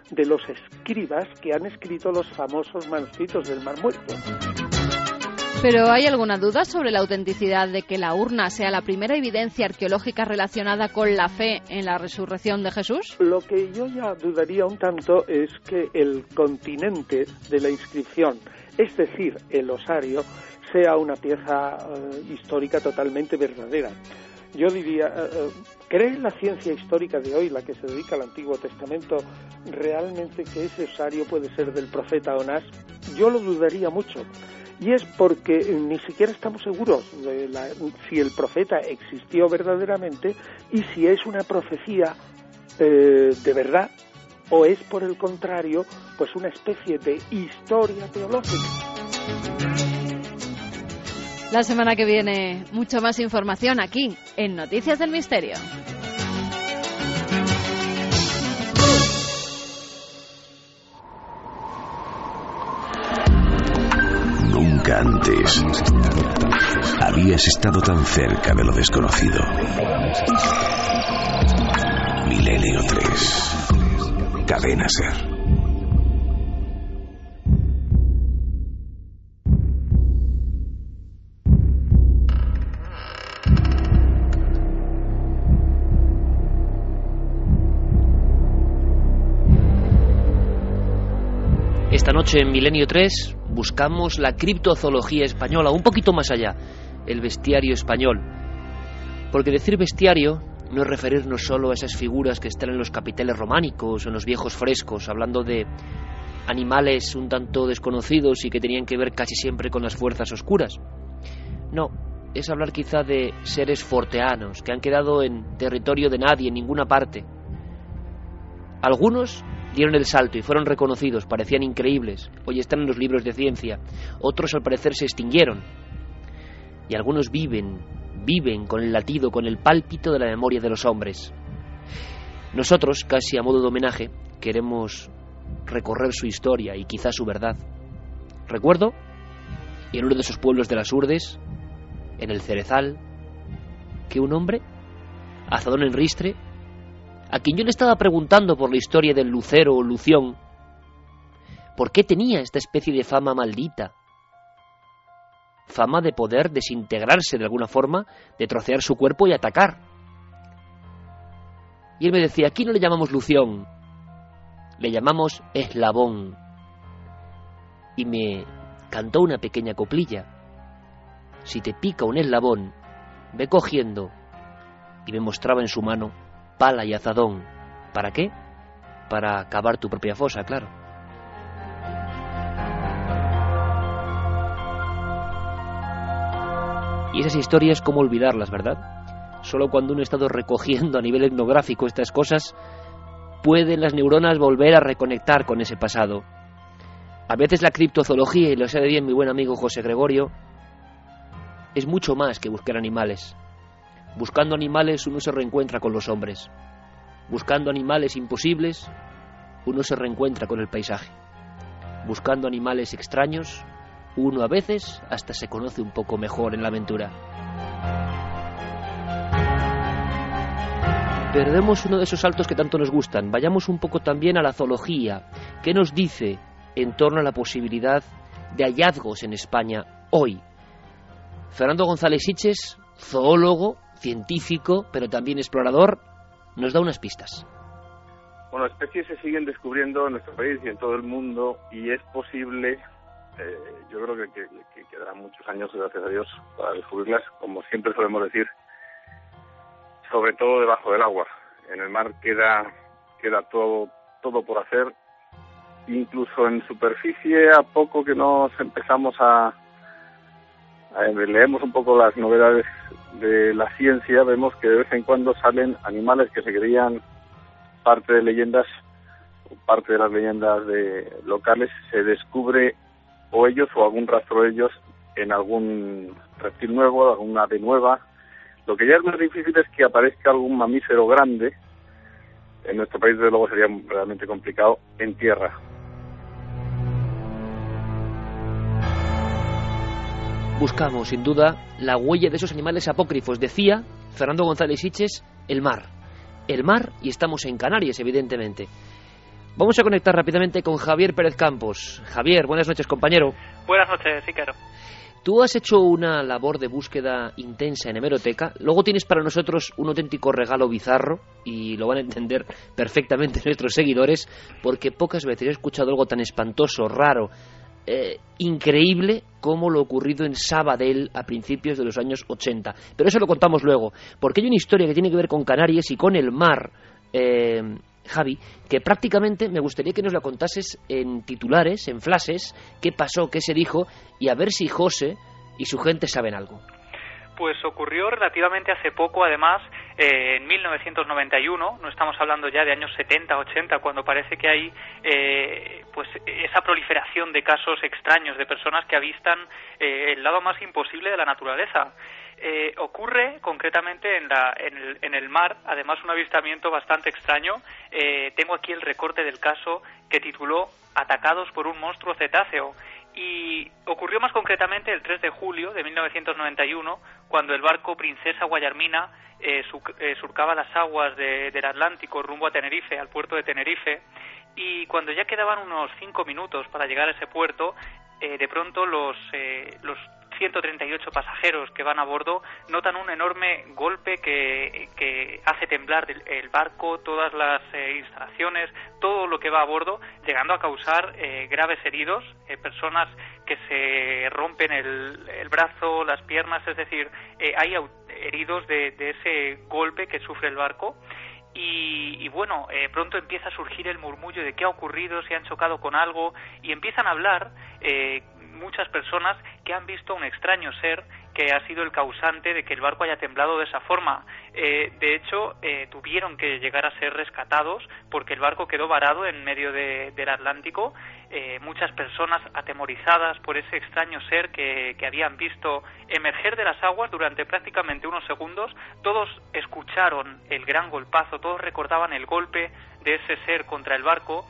de los escribas que han escrito los famosos manuscritos del Mar Muerto. ¿Pero hay alguna duda sobre la autenticidad de que la urna sea la primera evidencia arqueológica relacionada con la fe en la resurrección de Jesús? Lo que yo ya dudaría un tanto es que el continente de la inscripción, es decir, el osario, sea una pieza uh, histórica totalmente verdadera. Yo diría, uh, ¿cree la ciencia histórica de hoy, la que se dedica al Antiguo Testamento, realmente que ese osario puede ser del profeta Onás? Yo lo dudaría mucho. Y es porque ni siquiera estamos seguros de la, si el profeta existió verdaderamente y si es una profecía eh, de verdad o es, por el contrario, pues una especie de historia teológica. La semana que viene, mucha más información aquí, en Noticias del Misterio. Nunca antes habías estado tan cerca de lo desconocido. Milenio tres. Cadena SER. Esta noche en Milenio tres buscamos la criptozoología española, un poquito más allá, el bestiario español. Porque decir bestiario no es referirnos solo a esas figuras que están en los capiteles románicos o en los viejos frescos, hablando de animales un tanto desconocidos y que tenían que ver casi siempre con las fuerzas oscuras. No, es hablar quizá de seres forteanos que han quedado en territorio de nadie, en ninguna parte. Algunos dieron el salto y fueron reconocidos, parecían increíbles, hoy están en los libros de ciencia. Otros al parecer se extinguieron. Y algunos viven, viven con el latido, con el pálpito de la memoria de los hombres. Nosotros, casi a modo de homenaje, queremos recorrer su historia y quizá su verdad. Recuerdo, en uno de esos pueblos de las Urdes, en el Cerezal, que un hombre, Azadón en Ristre, a quien yo le estaba preguntando por la historia del lucero o lución, ¿por qué tenía esta especie de fama maldita? Fama de poder desintegrarse de alguna forma, de trocear su cuerpo y atacar. Y él me decía, aquí no le llamamos lución, le llamamos eslabón. Y me cantó una pequeña coplilla. Si te pica un eslabón, ve cogiendo. Y me mostraba en su mano pala y azadón. ¿Para qué? Para cavar tu propia fosa, claro. Y esas historias, ¿cómo olvidarlas, verdad? Solo cuando uno ha estado recogiendo a nivel etnográfico estas cosas, pueden las neuronas volver a reconectar con ese pasado. A veces la criptozoología, y lo sabe bien mi buen amigo José Gregorio, es mucho más que buscar animales. Buscando animales uno se reencuentra con los hombres. Buscando animales imposibles, uno se reencuentra con el paisaje. Buscando animales extraños, uno a veces hasta se conoce un poco mejor en la aventura. Pero demos uno de esos saltos que tanto nos gustan. Vayamos un poco también a la zoología. ¿Qué nos dice en torno a la posibilidad de hallazgos en España hoy? Fernando González Sitges, zoólogo, científico, pero también explorador, nos da unas pistas. Bueno, especies se siguen descubriendo en nuestro país y en todo el mundo, y es posible, eh, yo creo que, que, que quedarán muchos años, gracias a Dios, para descubrirlas, como siempre solemos decir, sobre todo debajo del agua. En el mar queda queda todo todo por hacer, incluso en superficie, a poco que nos empezamos a leemos un poco las novedades de la ciencia, vemos que de vez en cuando salen animales que se creían parte de leyendas, parte de las leyendas de locales, se descubre o ellos o algún rastro de ellos en algún reptil nuevo, alguna ave nueva. Lo que ya es más difícil es que aparezca algún mamífero grande. En nuestro país, desde luego, sería realmente complicado en tierra. Buscamos, sin duda, la huella de esos animales apócrifos. Decía Fernando González Sitges, el mar. El mar, y estamos en Canarias, evidentemente. Vamos a conectar rápidamente con Javier Pérez Campos. Javier, buenas noches, compañero. Buenas noches, Iker. Tú has hecho una labor de búsqueda intensa en hemeroteca, luego tienes para nosotros un auténtico regalo bizarro, y lo van a entender perfectamente nuestros seguidores, porque pocas veces he escuchado algo tan espantoso, raro, eh, increíble como lo ocurrido en Sabadell a principios de los años ochenta. Pero eso lo contamos luego, porque hay una historia que tiene que ver con Canarias y con el mar, eh, Javi, que prácticamente me gustaría que nos la contases en titulares, en flashes, qué pasó, qué se dijo, y a ver si José y su gente saben algo. Pues ocurrió relativamente hace poco, además, eh, en mil novecientos noventa y uno, no estamos hablando ya de años setenta, ochenta, cuando parece que hay eh, pues esa proliferación de casos extraños de personas que avistan eh, el lado más imposible de la naturaleza. Eh, ocurre concretamente en, la, en, el, en el mar, además un avistamiento bastante extraño. Eh, tengo aquí el recorte del caso que tituló Atacados por un monstruo cetáceo, y ocurrió más concretamente el tres de julio de mil novecientos noventa y uno, cuando el barco Princesa Guayarmina eh, su, eh, surcaba las aguas de, del Atlántico rumbo a Tenerife, al puerto de Tenerife, y cuando ya quedaban unos cinco minutos para llegar a ese puerto, eh, de pronto los, eh, los ciento treinta y ocho pasajeros que van a bordo notan un enorme golpe que, que hace temblar el, el barco, todas las eh, instalaciones, todo lo que va a bordo, llegando a causar eh, graves heridos, eh, personas que se rompen el, el brazo, las piernas, es decir, eh, hay heridos de, de ese golpe que sufre el barco. Y, y bueno, eh, pronto empieza a surgir el murmullo de qué ha ocurrido, si han chocado con algo, y empiezan a hablar eh, muchas personas que han visto un extraño ser que ha sido el causante de que el barco haya temblado de esa forma. Eh, de hecho, eh, tuvieron que llegar a ser rescatados porque el barco quedó varado en medio de, del Atlántico. Eh, muchas personas atemorizadas por ese extraño ser que, que habían visto emerger de las aguas durante prácticamente unos segundos. Todos escucharon el gran golpazo, todos recordaban el golpe de ese ser contra el barco.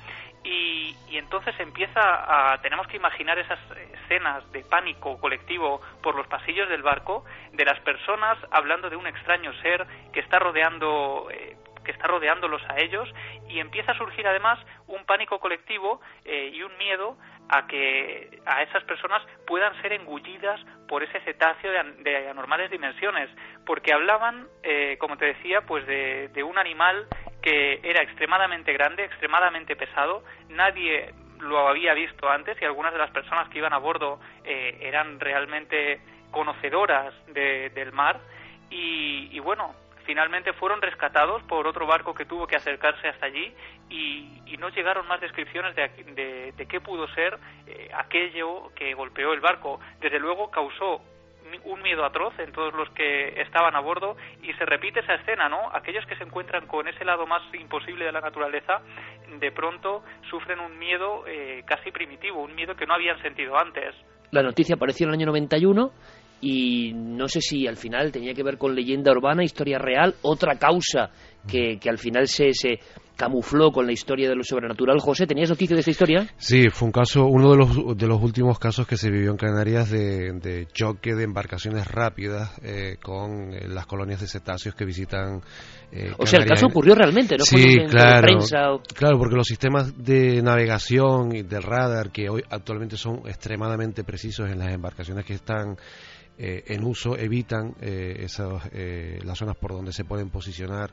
Y, y entonces empieza a... tenemos que imaginar esas escenas de pánico colectivo por los pasillos del barco, de las personas hablando de un extraño ser que está rodeando... Eh, que está rodeándolos a ellos, y empieza a surgir además un pánico colectivo eh, y un miedo a que a esas personas puedan ser engullidas por ese cetáceo de, an de anormales dimensiones, porque hablaban, eh, como te decía, pues de, de un animal que era extremadamente grande, extremadamente pesado. Nadie lo había visto antes, y algunas de las personas que iban a bordo eh, eran realmente conocedoras de, del mar, y, y bueno, finalmente fueron rescatados por otro barco que tuvo que acercarse hasta allí, y, y no llegaron más descripciones de, de, de qué pudo ser eh, aquello que golpeó el barco. Desde luego causó un miedo atroz en todos los que estaban a bordo, y se repite esa escena, ¿no? Aquellos que se encuentran con ese lado más imposible de la naturaleza, de pronto sufren un miedo eh, casi primitivo, un miedo que no habían sentido antes. La noticia apareció en el año noventa y uno, y no sé si al final tenía que ver con leyenda urbana, historia real, otra causa que, que al final se, se camufló con la historia de lo sobrenatural. José, ¿tenías noticia de esta historia? Sí, fue un caso, uno de los, de los últimos casos que se vivió en Canarias de, de choque de embarcaciones rápidas eh, con eh, las colonias de cetáceos que visitan eh, O sea, el caso ocurrió realmente, ¿no? Sí, fue claro, de prensa o... claro, porque los sistemas de navegación y del radar, que hoy actualmente son extremadamente precisos en las embarcaciones que están Eh, en uso, evitan eh, esas, eh, las zonas por donde se pueden posicionar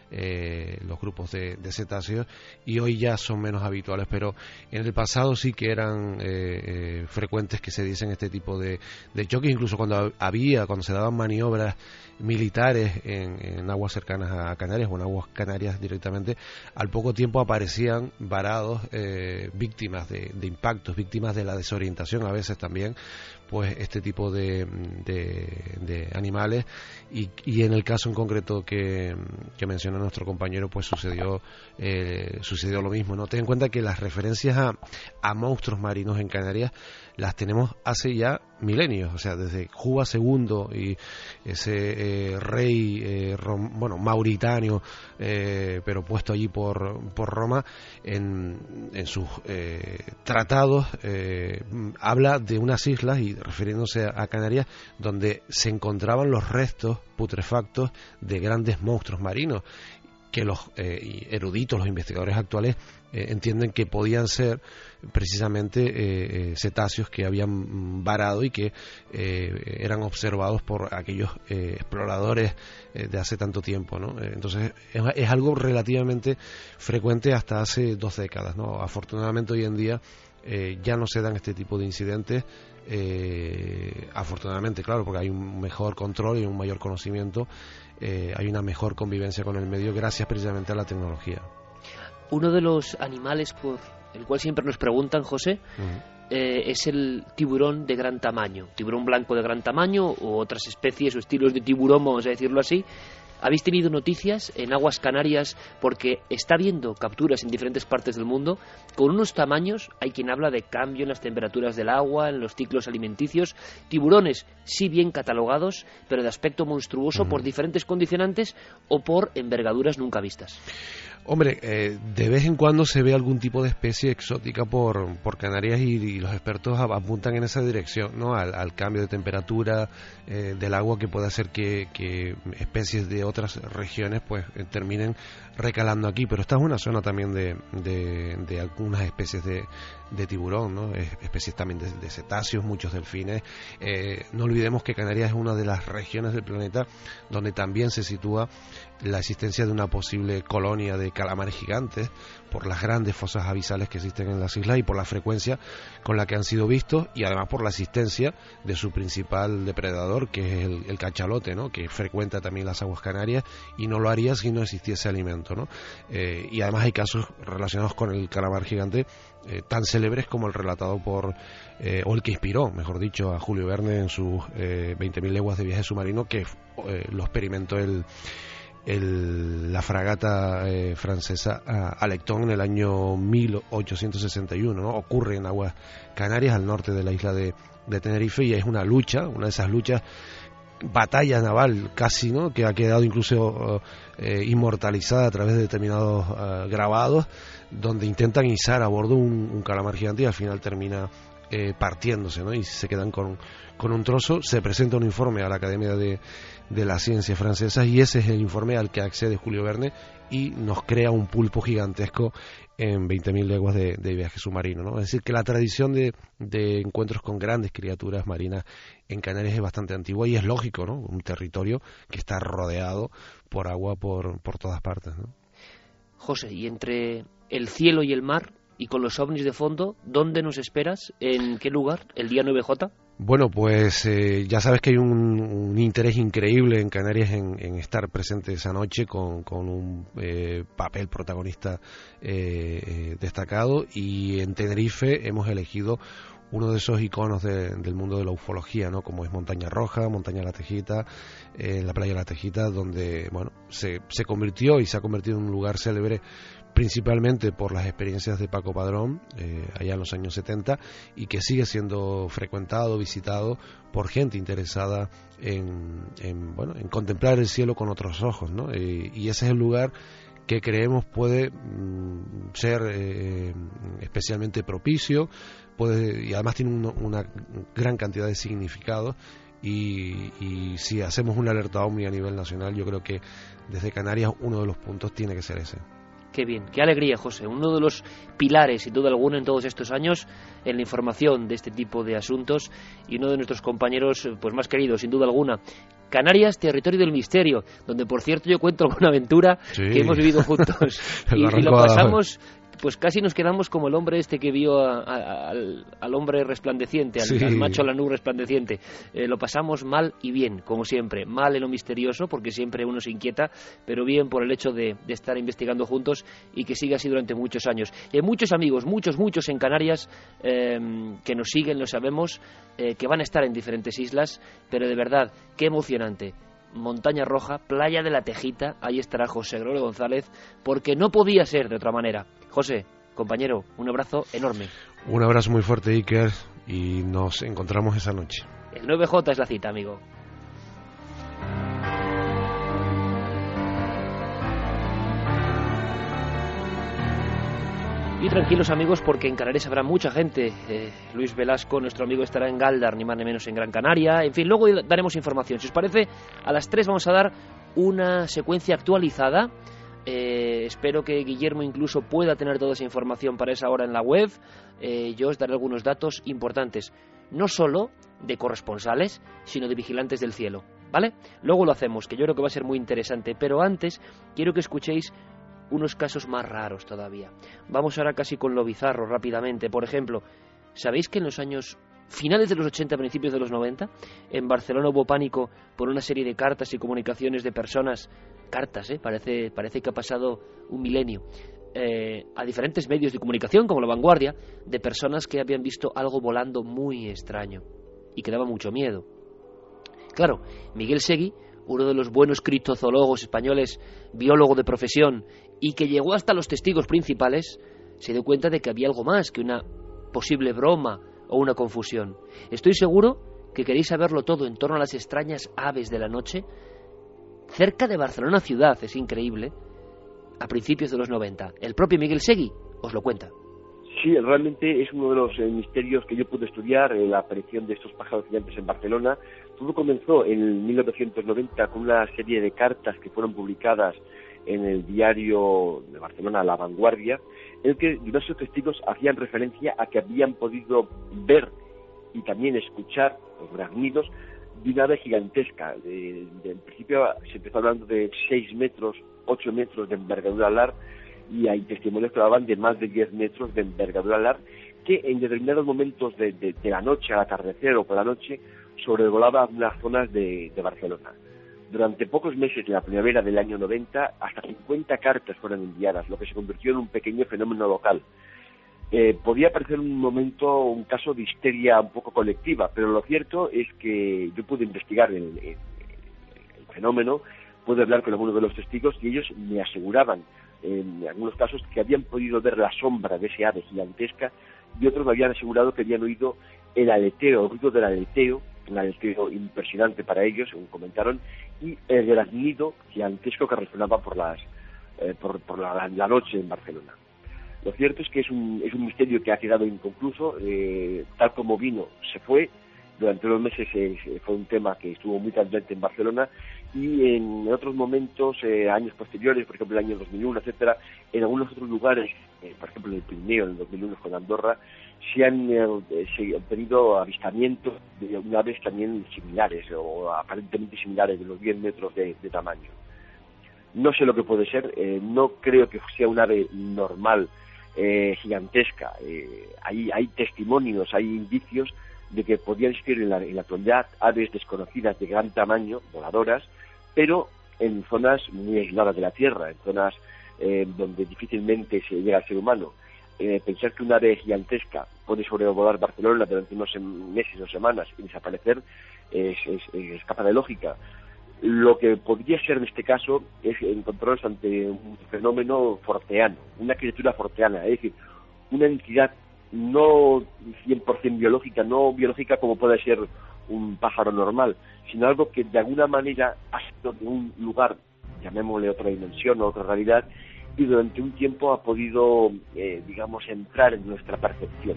eh, los grupos de, de cetáceos, y hoy ya son menos habituales, pero en el pasado sí que eran eh, eh, frecuentes que se dicen este tipo de, de choques, incluso cuando había, cuando se daban maniobras militares en, en aguas cercanas a Canarias o en aguas canarias directamente, al poco tiempo aparecían varados eh, víctimas de, de impactos, víctimas de la desorientación a veces también, pues este tipo de, de, de animales, y, y en el caso en concreto que, que menciona nuestro compañero, pues sucedió eh, sucedió lo mismo, ¿no? Ten en cuenta que las referencias a, a monstruos marinos en Canarias las tenemos hace ya milenios, o sea, desde Juba segundo y ese eh, rey eh, rom, bueno, mauritano, eh, pero puesto allí por, por Roma, en, en sus eh, tratados eh, habla de unas islas, y refiriéndose a, a Canarias, donde se encontraban los restos putrefactos de grandes monstruos marinos. que los eh, eruditos, los investigadores actuales eh, entienden que podían ser precisamente eh, eh, cetáceos que habían varado y que eh, eran observados por aquellos eh, exploradores eh, de hace tanto tiempo, ¿no? Eh, entonces es, es algo relativamente frecuente hasta hace dos décadas, ¿no? Afortunadamente hoy en día eh, ya no se dan este tipo de incidentes. Eh, afortunadamente, claro, porque hay un mejor control y un mayor conocimiento, eh, hay una mejor convivencia con el medio gracias precisamente a la tecnología. Uno de los animales por el cual siempre nos preguntan, José, uh-huh. eh, es el tiburón de gran tamaño, tiburón blanco de gran tamaño o otras especies o estilos de tiburón, vamos a decirlo así. ¿Habéis tenido noticias en aguas canarias? Porque está habiendo capturas en diferentes partes del mundo con unos tamaños, hay quien habla de cambio en las temperaturas del agua, en los ciclos alimenticios, tiburones sí bien catalogados, pero de aspecto monstruoso uh-huh. por diferentes condicionantes o por envergaduras nunca vistas. Hombre, eh, de vez en cuando se ve algún tipo de especie exótica por, por Canarias y, y los expertos apuntan en esa dirección, ¿no? Al, al cambio de temperatura eh, del agua que puede hacer que, que especies de otras regiones pues eh, terminen recalando aquí, pero esta es una zona también de, de, de algunas especies de, de tiburón, ¿no? Especies también de, de cetáceos, muchos delfines. Eh, no olvidemos que Canarias es una de las regiones del planeta donde también se sitúa la existencia de una posible colonia de calamares gigantes por las grandes fosas abisales que existen en las islas y por la frecuencia con la que han sido vistos y además por la existencia de su principal depredador, que es el, el cachalote, ¿no? Que frecuenta también las aguas canarias y no lo haría si no existiese alimento, ¿no? Eh, y además hay casos relacionados con el calamar gigante eh, tan célebres como el relatado por eh, o el que inspiró, mejor dicho, a Julio Verne en sus eh, veinte mil leguas de viaje submarino, que eh, lo experimentó el El, la fragata eh, francesa uh, Alecton en el año mil ochocientos sesenta y uno, ¿no? Ocurre en aguas canarias al norte de la isla de, de Tenerife y es una lucha, una de esas luchas, batalla naval casi, ¿no? Que ha quedado incluso uh, eh, inmortalizada a través de determinados uh, grabados donde intentan izar a bordo un, un calamar gigante y al final termina eh, partiéndose, ¿no? Y se quedan con, con un trozo. Se presenta un informe a la Academia de de las Ciencias Francesas y ese es el informe al que accede Julio Verne y nos crea un pulpo gigantesco en veinte mil leguas de, de viaje submarino, ¿no? Es decir, que la tradición de, de encuentros con grandes criaturas marinas en Canarias es bastante antigua y es lógico, ¿no? Un territorio que está rodeado por agua por, por todas partes, ¿no? José, y entre el cielo y el mar y con los ovnis de fondo, ¿dónde nos esperas? ¿En qué lugar? ¿El día nueve J? Bueno, pues eh, ya sabes que hay un, un interés increíble en Canarias en, en estar presente esa noche con, con un eh, papel protagonista eh, eh, destacado, y en Tenerife hemos elegido uno de esos iconos de, del mundo de la ufología, ¿no? Como es Montaña Roja, Montaña La Tejita, eh, la playa La Tejita, donde bueno se, se convirtió y se ha convertido en un lugar célebre principalmente por las experiencias de Paco Padrón eh, allá en los años setenta, y que sigue siendo frecuentado, visitado por gente interesada en, en bueno en contemplar el cielo con otros ojos, ¿no? Eh, y ese es el lugar que creemos puede mm, ser eh, especialmente propicio, puede, y además tiene un, una gran cantidad de significados. Y, y si hacemos una alerta OVNI a nivel nacional, yo creo que desde Canarias uno de los puntos tiene que ser ese. Qué bien, qué alegría, José. Uno de los pilares, sin duda alguna, en todos estos años en la información de este tipo de asuntos, y uno de nuestros compañeros pues más queridos, sin duda alguna. Canarias, territorio del misterio, donde por cierto yo cuento alguna aventura sí. que hemos vivido juntos y, y lo pasamos, pues casi nos quedamos como el hombre este que vio a, a, al, al hombre resplandeciente, al, sí. al macho Lanú resplandeciente. Eh, lo pasamos mal y bien, como siempre. Mal en lo misterioso, porque siempre uno se inquieta, pero bien por el hecho de, de estar investigando juntos y que siga así durante muchos años. Y hay muchos amigos, muchos, muchos en Canarias eh, que nos siguen, lo sabemos, eh, que van a estar en diferentes islas, pero de verdad, qué emocionante. Montaña Roja, playa de La Tejita, ahí estará José Gregorio González, porque no podía ser de otra manera. José, compañero, un abrazo enorme. Un abrazo muy fuerte, Iker, y nos encontramos esa noche. El nueve J es la cita, amigo. Y tranquilos, amigos, porque en Canarias habrá mucha gente. Eh, Luis Velasco, nuestro amigo, estará en Galdar, ni más ni menos en Gran Canaria. En fin, luego daremos información. Si os parece, a las tres vamos a dar una secuencia actualizada Eh, espero que Guillermo incluso pueda tener toda esa información para esa hora en la web. Eh, yo os daré algunos datos importantes, no solo de corresponsales, sino de vigilantes del cielo, ¿vale? Luego lo hacemos, que yo creo que va a ser muy interesante, pero antes quiero que escuchéis unos casos más raros todavía. Vamos ahora casi con lo bizarro rápidamente. Por ejemplo, ¿sabéis que en los años finales de los ochenta, principios de los noventa, en Barcelona hubo pánico por una serie de cartas y comunicaciones de personas, cartas, ¿eh? parece, parece que ha pasado un milenio, eh, a diferentes medios de comunicación, como La Vanguardia, de personas que habían visto algo volando muy extraño y que daba mucho miedo? Claro, Miguel Seguí, uno de los buenos criptozoólogos españoles, biólogo de profesión, y que llegó hasta los testigos principales, se dio cuenta de que había algo más que una posible broma o una confusión. Estoy seguro que queréis saberlo todo en torno a las extrañas aves de la noche cerca de Barcelona ciudad. Es increíble, a principios de los noventa. El propio Miguel Seguí os lo cuenta. Sí, realmente es uno de los eh, misterios que yo pude estudiar, eh, la aparición de estos pájaros gigantes en Barcelona. Todo comenzó en mil novecientos noventa con una serie de cartas que fueron publicadas en el diario de Barcelona, La Vanguardia, en el que diversos testigos hacían referencia a que habían podido ver y también escuchar los graznidos de una ave gigantesca. De, de, en principio se empezó hablando de seis metros, ocho metros de envergadura alar, y hay testimonios que hablaban de más de diez metros de envergadura alar, que en determinados momentos de, de, de la noche, al atardecer o por la noche, sobrevolaba unas zonas de, de Barcelona. Durante pocos meses de la primavera del año noventa, hasta cincuenta cartas fueron enviadas, lo que se convirtió en un pequeño fenómeno local. Eh, podía parecer un momento, un caso de histeria un poco colectiva, pero lo cierto es que yo pude investigar el, el, el fenómeno, pude hablar con algunos de los testigos y ellos me aseguraban, en algunos casos, que habían podido ver la sombra de ese ave gigantesca, y otros me habían asegurado que habían oído el aleteo, el ruido del aleteo, un aleteo impresionante para ellos, según comentaron, y el graznido gigantesco que resonaba por las eh, por, por la, la noche en Barcelona. Lo cierto es que es un, es un misterio que ha quedado inconcluso, eh, tal como vino, se fue. Durante unos meses eh, fue un tema que estuvo muy candente en Barcelona, y en otros momentos, eh, años posteriores, por ejemplo el año dos mil uno, etcétera, en algunos otros lugares, eh, por ejemplo en el Pirineo, en el dos mil uno con Andorra, se han, eh, se han tenido avistamientos de aves también similares, o aparentemente similares, de los diez metros de, de tamaño. No sé lo que puede ser, eh, no creo que sea un ave normal, eh, gigantesca. Eh, hay, hay testimonios, hay indicios de que podrían existir en la, en la actualidad aves desconocidas de gran tamaño, voladoras, pero en zonas muy aisladas de la Tierra, en zonas eh, donde difícilmente se llega al ser humano. Eh, pensar que una ave gigantesca puede sobrevolar Barcelona durante unos meses o semanas y desaparecer es, es, es escapa de lógica. Lo que podría ser en este caso es encontrarnos ante un fenómeno forteano, una criatura forteana, es decir, una entidad no cien por ciento biológica, no biológica como puede ser un pájaro normal, sino algo que de alguna manera ha sido de un lugar, llamémosle otra dimensión o otra realidad, y durante un tiempo ha podido, eh, digamos, entrar en nuestra percepción.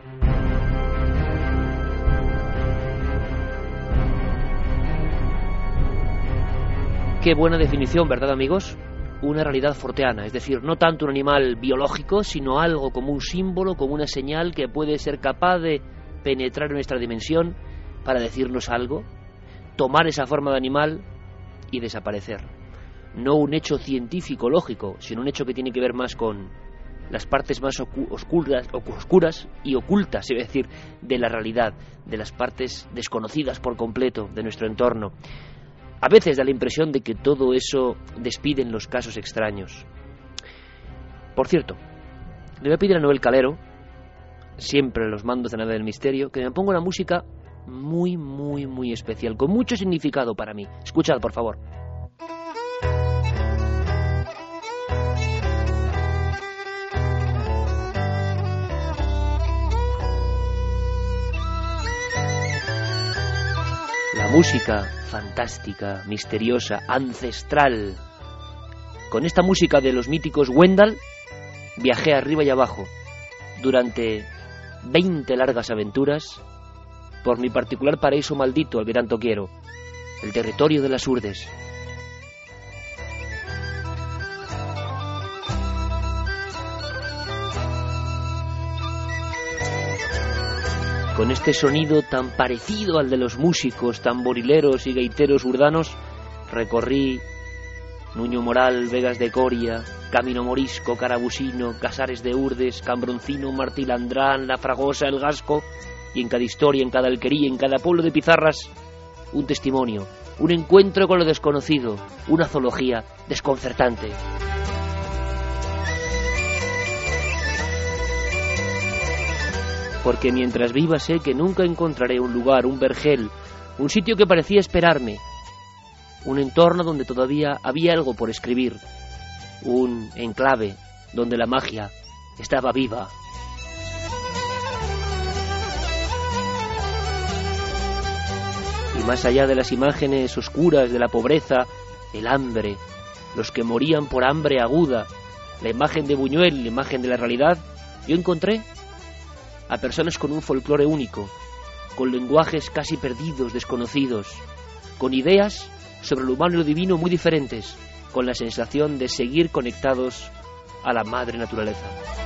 Qué buena definición, ¿verdad, amigos? Una realidad forteana, es decir, no tanto un animal biológico, sino algo como un símbolo, como una señal que puede ser capaz de penetrar en nuestra dimensión para decirnos algo, tomar esa forma de animal y desaparecer. No un hecho científico, lógico, sino un hecho que tiene que ver más con las partes más oscuras, oscuras y ocultas, es decir, de la realidad, de las partes desconocidas por completo de nuestro entorno. A veces da la impresión de que todo eso despide en los casos extraños. Por cierto, le voy a pedir a Noel Calero, siempre en los mandos de Nada del Misterio, que me ponga una música muy, muy, muy especial, con mucho significado para mí. Escuchad, por favor. La música fantástica, misteriosa, ancestral. Con esta música de los míticos Wendell viajé arriba y abajo durante veinte largas aventuras por mi particular paraíso maldito, al que tanto quiero, el territorio de las Urdes. Con este sonido tan parecido al de los músicos, tamborileros y gaiteros urdanos, recorrí Nuño Moral, Vegas de Coria, Camino Morisco, Carabusino, Casares de Urdes, Cambroncino, Martilandrán, La Fragosa, El Gasco, y en cada historia, en cada alquería, en cada pueblo de Pizarras, un testimonio, un encuentro con lo desconocido, una zoología desconcertante. Porque mientras viva sé que nunca encontraré un lugar, un vergel, un sitio que parecía esperarme, un entorno donde todavía había algo por escribir, un enclave donde la magia estaba viva. Y más allá de las imágenes oscuras de la pobreza, el hambre, los que morían por hambre aguda, la imagen de Buñuel, la imagen de la realidad, yo encontré a personas con un folclore único, con lenguajes casi perdidos, desconocidos, con ideas sobre lo humano y lo divino muy diferentes, con la sensación de seguir conectados a la madre naturaleza.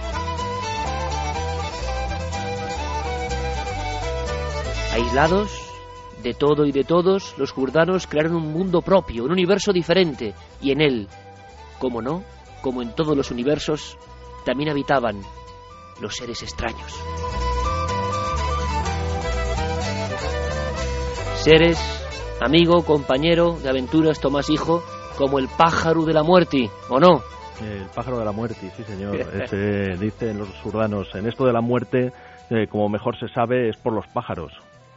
Aislados de todo y de todos, los jurdanos crearon un mundo propio, un universo diferente, y en él, como no, como en todos los universos, también habitaban los seres extraños. Seres, amigo, compañero de aventuras, Tomás hijo, como el pájaro de la muerte, ¿o no? El pájaro de la muerte, sí señor. Ese, dicen los urdanos, en esto de la muerte, eh, como mejor se sabe, es por los pájaros.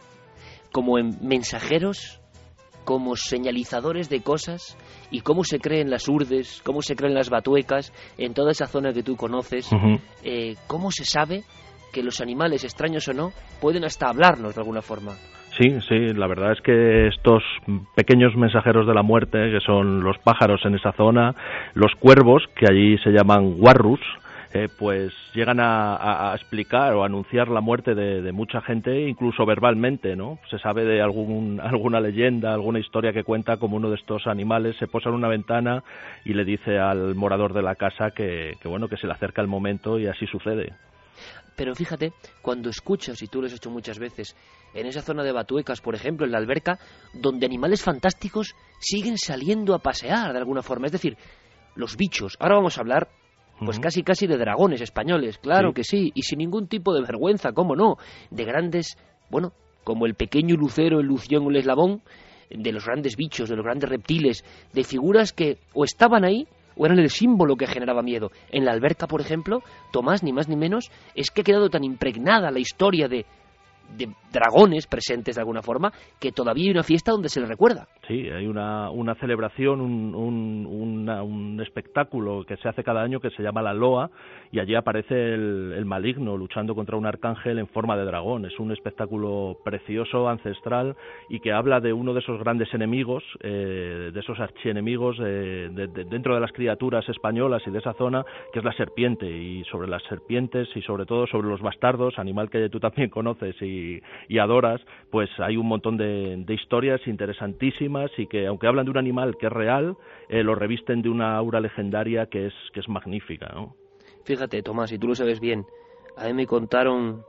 Como en mensajeros, como señalizadores de cosas, y cómo se creen las urdes, cómo se creen las batuecas, en toda esa zona que tú conoces, uh-huh. eh, cómo se sabe que los animales, extraños o no, pueden hasta hablarnos de alguna forma. Sí, sí, la verdad es que estos pequeños mensajeros de la muerte, que son los pájaros en esa zona, los cuervos, que allí se llaman warrus, eh, pues llegan a, a, a explicar o a anunciar la muerte de, de mucha gente, incluso verbalmente, ¿no? Se sabe de algún, alguna leyenda, alguna historia que cuenta como uno de estos animales se posa en una ventana y le dice al morador de la casa que, que bueno, que se le acerca el momento, y así sucede. Pero fíjate, cuando escuchas, y tú lo has hecho muchas veces, en esa zona de Batuecas, por ejemplo, en la alberca, donde animales fantásticos siguen saliendo a pasear de alguna forma. Es decir, los bichos. Ahora vamos a hablar, pues uh-huh. casi casi de dragones españoles, claro sí. que sí, y sin ningún tipo de vergüenza, cómo no, de grandes, bueno, como el pequeño lucero, el lución o el eslabón, de los grandes bichos, de los grandes reptiles, de figuras que o estaban ahí, o eran el símbolo que generaba miedo. En la alberca, por ejemplo, Tomás, ni más ni menos, es que ha quedado tan impregnada la historia de, de dragones presentes de alguna forma, que todavía hay una fiesta donde se le recuerda. Sí, hay una, una celebración, un, un, una, un espectáculo que se hace cada año que se llama la Loa, y allí aparece el, el maligno luchando contra un arcángel en forma de dragón. Es un espectáculo precioso, ancestral, y que habla de uno de esos grandes enemigos, eh, de esos archienemigos de, de, de, dentro de las criaturas españolas y de esa zona, que es la serpiente. Y sobre las serpientes y sobre todo sobre los bastardos, animal que tú también conoces y, y adoras, pues hay un montón de, de historias interesantísimas, y que aunque hablan de un animal que es real, eh, lo revisten de una aura legendaria que es, que es magnífica, ¿no? Fíjate, Tomás, y tú lo sabes bien, a mí me contaron,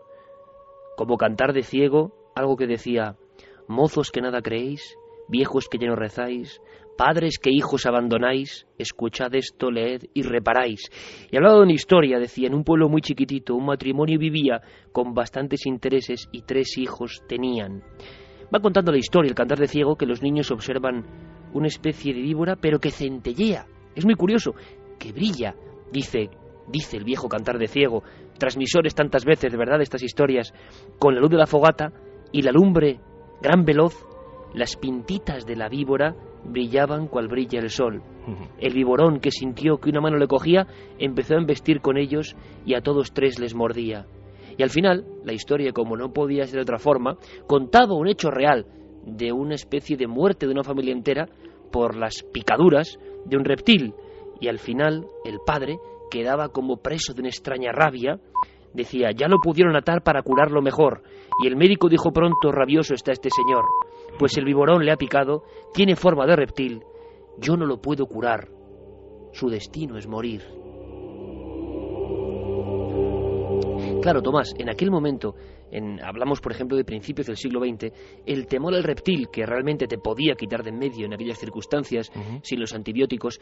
como cantar de ciego, algo que decía: mozos que nada creéis, viejos que ya no rezáis, padres que hijos abandonáis, escuchad esto, leed y reparáis. Y hablaba de una historia, decía, en un pueblo muy chiquitito, un matrimonio vivía con bastantes intereses y tres hijos tenían. Va contando la historia, el cantar de ciego, que los niños observan una especie de víbora, pero que centellea. Es muy curioso, que brilla, dice... dice el viejo cantar de ciego, transmisores tantas veces, de verdad, de estas historias, con la luz de la fogata y la lumbre gran veloz, las pintitas de la víbora brillaban cual brilla el sol. Uh-huh. El víborón, que sintió que una mano le cogía, empezó a embestir con ellos y a todos tres les mordía. Y al final, la historia, como no podía ser de otra forma, contaba un hecho real de una especie de muerte de una familia entera por las picaduras de un reptil. Y al final, el padre quedaba como preso de una extraña rabia. Decía, ya lo pudieron atar para curarlo mejor. Y el médico dijo pronto, rabioso está este señor, pues el víborón le ha picado, tiene forma de reptil, yo no lo puedo curar, su destino es morir. Claro, Tomás, en aquel momento, en, hablamos por ejemplo de principios del siglo veinte, el temor al reptil, que realmente te podía quitar de en medio en aquellas circunstancias, uh-huh. sin los antibióticos,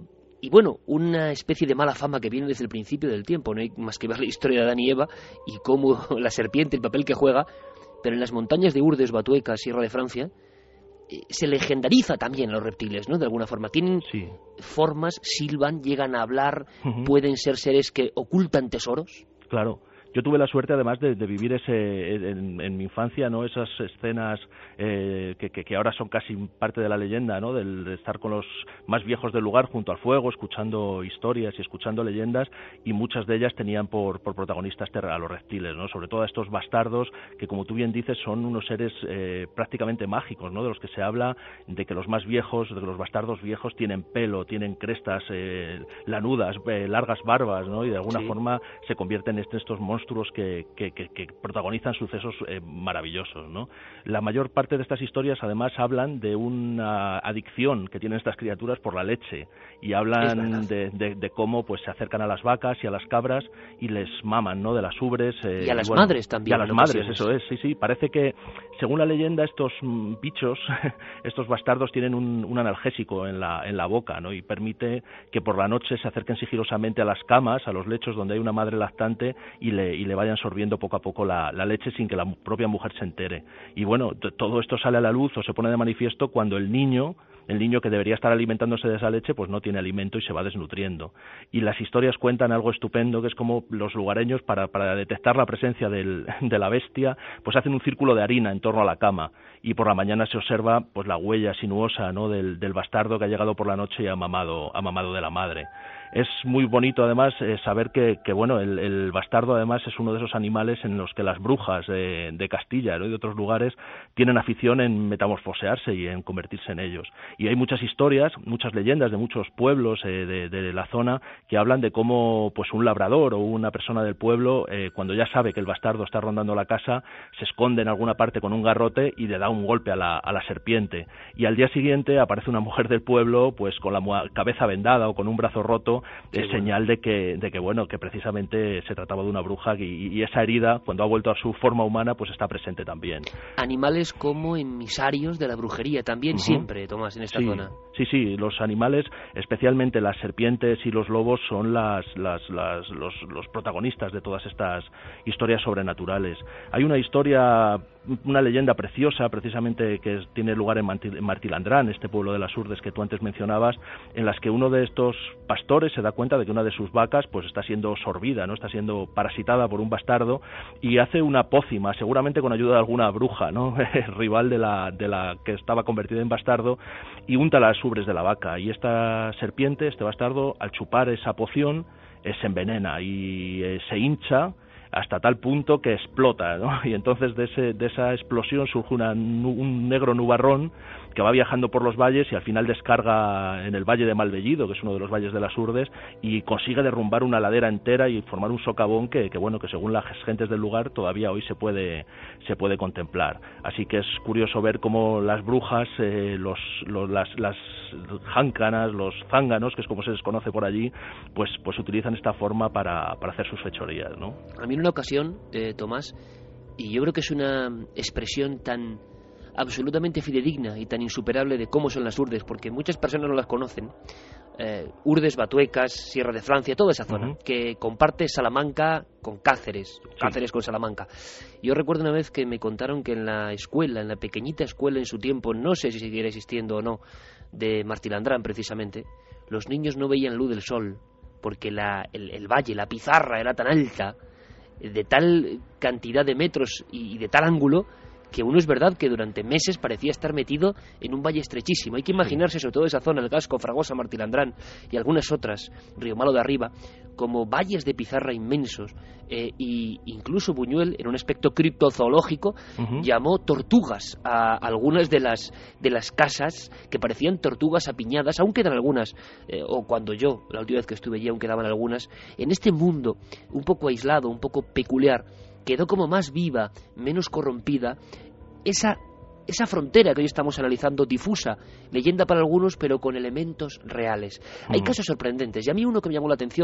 y bueno, una especie de mala fama que viene desde el principio del tiempo, no hay más que ver la historia de Adán y Eva y cómo la serpiente, el papel que juega, pero en las montañas de Urdes, Batueca, Sierra de Francia, eh, se legendariza también a los reptiles, ¿no? De alguna forma, tienen sí. formas, silban, llegan a hablar, uh-huh. pueden ser seres que ocultan tesoros. Claro. Yo tuve la suerte, además, de, de vivir ese en, en mi infancia, ¿no? Esas escenas eh, que, que, que ahora son casi parte de la leyenda, ¿no? Del, de estar con los más viejos del lugar junto al fuego, escuchando historias y escuchando leyendas, y muchas de ellas tenían por, por protagonistas a los reptiles, ¿no? Sobre todo a estos bastardos que, como tú bien dices, son unos seres eh, prácticamente mágicos, ¿no? De los que se habla de que los más viejos, de que los bastardos viejos tienen pelo, tienen crestas eh, lanudas, eh, largas barbas, ¿no? Y de alguna sí. forma se convierten en estos monstruos monstruos que, que, que, que protagonizan sucesos eh, maravillosos, ¿no? La mayor parte de estas historias, además, hablan de una adicción que tienen estas criaturas por la leche, y hablan de, de, de cómo pues se acercan a las vacas y a las cabras y les maman, ¿no? De las ubres. Eh, y a las y bueno, madres también. Y a las madres, eso es, sí, sí. Parece que, según la leyenda, estos bichos, estos bastardos, tienen un, un analgésico en la, en la boca, ¿no? Y permite que por la noche se acerquen sigilosamente a las camas, a los lechos donde hay una madre lactante, y le y le vayan sorbiendo poco a poco la, la leche sin que la propia mujer se entere. Y bueno, t- todo esto sale a la luz o se pone de manifiesto cuando el niño, el niño que debería estar alimentándose de esa leche, pues no tiene alimento y se va desnutriendo. Y las historias cuentan algo estupendo, que es como los lugareños, para, para detectar la presencia del, de la bestia, pues hacen un círculo de harina en torno a la cama, y por la mañana se observa pues la huella sinuosa, ¿no? del, del bastardo que ha llegado por la noche y ha mamado, ha mamado de la madre. Es muy bonito, además, eh, saber que, que bueno, el, el bastardo, además, es uno de esos animales en los que las brujas eh, de Castilla, ¿no? y de otros lugares tienen afición en metamorfosearse y en convertirse en ellos. Y hay muchas historias, muchas leyendas de muchos pueblos eh, de, de la zona que hablan de cómo pues un labrador o una persona del pueblo, eh, cuando ya sabe que el bastardo está rondando la casa, se esconde en alguna parte con un garrote y le da un golpe a la, a la serpiente. Y al día siguiente aparece una mujer del pueblo pues con la cabeza vendada o con un brazo roto, es bueno. señal de que, de que bueno, que precisamente se trataba de una bruja, y, y esa herida, cuando ha vuelto a su forma humana, pues está presente también. Animales como emisarios de la brujería también, uh-huh. siempre, Tomás, en esta sí, zona. Sí, sí, los animales, especialmente las serpientes y los lobos, son las, las, las, los, los protagonistas de todas estas historias sobrenaturales. Hay una historia, una leyenda preciosa, precisamente, que es, tiene lugar en Martilandrán, este pueblo de las Urdes que tú antes mencionabas, en las que uno de estos pastores se da cuenta de que una de sus vacas pues está siendo sorbida, ¿no? Está siendo parasitada por un bastardo, y hace una pócima, seguramente con ayuda de alguna bruja, ¿no? rival de la, de la que estaba convertida en bastardo, y unta las ubres de la vaca, y esta serpiente, este bastardo, al chupar esa poción, eh, se envenena y eh, se hincha hasta tal punto que explota, ¿no? Y entonces de, ese, de esa explosión surge una, un negro nubarrón que va viajando por los valles y al final descarga en el valle de Malvellido, que es uno de los valles de las Urdes, y consigue derrumbar una ladera entera y formar un socavón que, que bueno, que según las gentes del lugar todavía hoy se puede se puede contemplar. Así que es curioso ver cómo las brujas, eh, los, los las, las jáncanas, los zánganos, que es como se les conoce por allí, pues pues utilizan esta forma para, para hacer sus fechorías, ¿no? A mí en una ocasión, eh, Tomás, y yo creo que es una expresión tan absolutamente fidedigna y tan insuperable de cómo son las Urdes, porque muchas personas no las conocen. Eh, Urdes, Batuecas, Sierra de Francia, toda esa zona, uh-huh. que comparte Salamanca con Cáceres, Cáceres sí. con Salamanca. Yo recuerdo una vez que me contaron que en la escuela, en la pequeñita escuela en su tiempo, no sé si siguiera existiendo o no, de Martilandrán precisamente, los niños no veían luz del sol, porque la, el, el valle, la pizarra era tan alta, de tal cantidad de metros y, y de tal ángulo, que uno es verdad que durante meses parecía estar metido en un valle estrechísimo. Hay que imaginarse, sobre todo esa zona, el Gasco, Fragosa, Martilandrán y algunas otras, Río Malo de Arriba, como valles de pizarra inmensos, eh, y incluso Buñuel, en un aspecto criptozoológico, uh-huh. llamó tortugas a algunas de las de las casas que parecían tortugas apiñadas. Aún quedan algunas, eh, o cuando yo, la última vez que estuve allí, aún quedaban algunas. En este mundo un poco aislado, un poco peculiar, quedó como más viva, menos corrompida, esa, esa frontera que hoy estamos analizando, difusa, leyenda para algunos, pero con elementos reales. Mm. Hay casos sorprendentes, y a mí uno que me llamó la atención,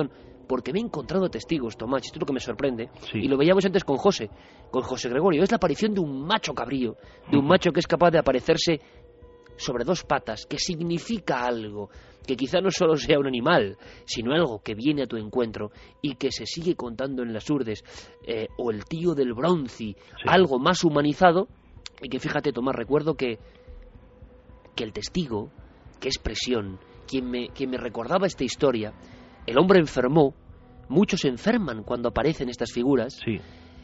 porque me he encontrado testigos, Tomás, esto es lo que me sorprende, sí. y lo veíamos antes con José, con José Gregorio, es la aparición de un macho cabrío, de un macho que es capaz de aparecerse sobre dos patas, que significa algo, que quizá no solo sea un animal, sino algo que viene a tu encuentro y que se sigue contando en las urdes, eh, o el tío del Bronci, sí. algo más humanizado, y que fíjate, Tomás, recuerdo que, que el testigo, que es Presión, quien me, quien me recordaba esta historia, el hombre enfermó, muchos enferman cuando aparecen estas figuras, sí.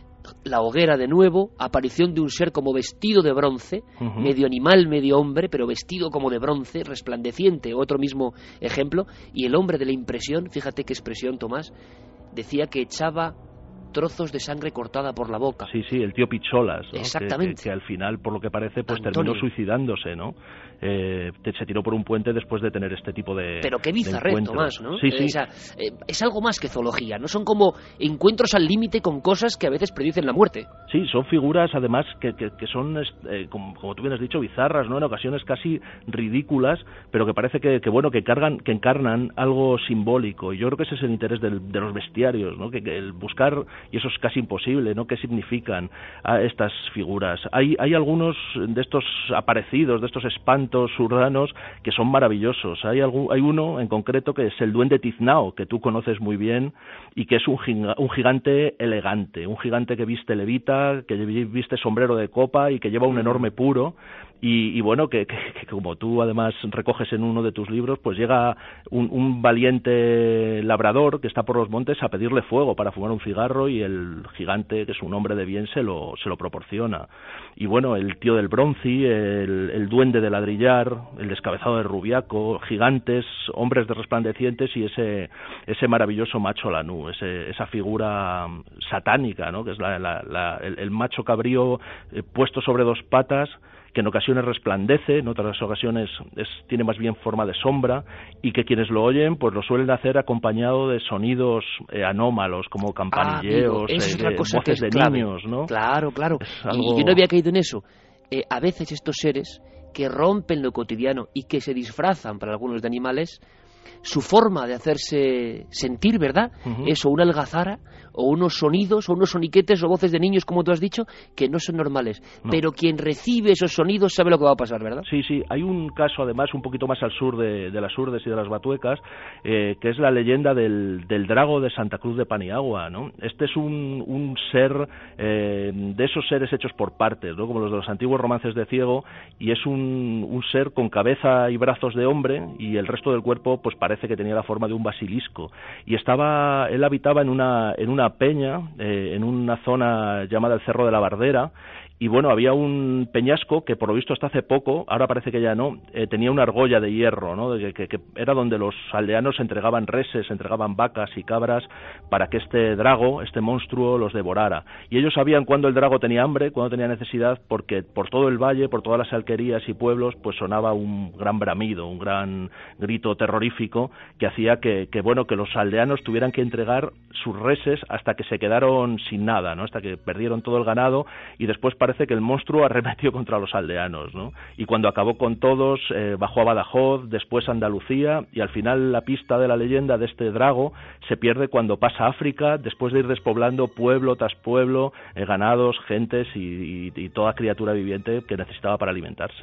La hoguera de nuevo, aparición de un ser como vestido de bronce, uh-huh. medio animal, medio hombre, pero vestido como de bronce, resplandeciente, otro mismo ejemplo, y el hombre de la impresión, fíjate qué expresión, Tomás, decía que echaba trozos de sangre cortada por la boca. Sí, sí, el tío Picholas, ¿no? Exactamente. Que, que, que al final, por lo que parece, pues Antonio. terminó suicidándose, ¿no? Eh, se tiró por un puente después de tener este tipo de Pero qué bizarre, Tomás, ¿no? Sí, sí. O sea, eh, es algo más que zoología, no son como encuentros al límite con cosas que a veces predicen la muerte. Sí, son figuras, además, que, que, que son, eh, como, como tú bien has dicho, bizarras, ¿no? En ocasiones casi ridículas, pero que parece que, que bueno, que cargan, que encarnan algo simbólico. Y yo creo que ese es el interés del, de los bestiarios, ¿no? Que, que el buscar, y eso es casi imposible, ¿no? ¿Qué significan a estas figuras? Hay, hay algunos de estos aparecidos, de estos espantos urdanos que son maravillosos. Hay, algún, hay uno en concreto que es el duende Tiznao, que tú conoces muy bien, y que es un, giga, un gigante elegante, un gigante que viste levita, que viste sombrero de copa y que lleva un enorme puro. Y, y bueno, que, que, que como tú además recoges en uno de tus libros, pues llega un, un valiente labrador que está por los montes a pedirle fuego para fumar un cigarro, y el gigante, que es un hombre de bien, se lo, se lo proporciona. Y bueno, el tío del Bronci, el, el duende de ladrillar, el descabezado de Rubiaco, gigantes, hombres de resplandecientes, y ese, ese maravilloso macho Lanú, ese, esa figura satánica, ¿no? Que es la, la, la, el, el macho cabrío eh, puesto sobre dos patas, que en ocasiones resplandece, en otras ocasiones es, tiene más bien forma de sombra, y que quienes lo oyen pues lo suelen hacer acompañado de sonidos eh, anómalos, como campanilleos, ah, es eh, de, voces que es de clave. niños, ¿no? Claro, claro. Algo... Y yo no había caído en eso. Eh, a veces estos seres que rompen lo cotidiano y que se disfrazan para algunos de animales, su forma de hacerse sentir, ¿verdad? Uh-huh. Es o una algazara, o unos sonidos, o unos soniquetes, o voces de niños, como tú has dicho, que no son normales. No. Pero quien recibe esos sonidos sabe lo que va a pasar, ¿verdad? Sí, sí. Hay un caso, además, un poquito más al sur de, de las Urdes y de las Batuecas, eh, que es la leyenda del, del drago de Santa Cruz de Paniagua, ¿no? Este es un, un ser, eh, de esos seres hechos por partes, ¿no? Como los de los antiguos romances de Ciego, y es un, un ser con cabeza y brazos de hombre, y el resto del cuerpo, pues parece que tenía la forma de un basilisco, y estaba, él habitaba en una, en una peña, eh, en una zona llamada el Cerro de la Bardera, y bueno, había un peñasco que por lo visto hasta hace poco, ahora parece que ya no, eh, tenía una argolla de hierro, ¿no? Que, que, que era donde los aldeanos entregaban reses, entregaban vacas y cabras para que este drago, este monstruo, los devorara. Y ellos sabían cuándo el drago tenía hambre, cuándo tenía necesidad, porque por todo el valle, por todas las alquerías y pueblos, pues sonaba un gran bramido, un gran grito terrorífico que hacía que, que bueno, que los aldeanos tuvieran que entregar sus reses hasta que se quedaron sin nada, ¿no? Hasta que perdieron todo el ganado, y después para parece que el monstruo arremetió contra los aldeanos, ¿no? Y cuando acabó con todos, eh, bajó a Badajoz, después a Andalucía, y al final la pista de la leyenda de este drago se pierde cuando pasa a África, después de ir despoblando pueblo tras pueblo, eh, ganados, gentes y, y, y toda criatura viviente que necesitaba para alimentarse.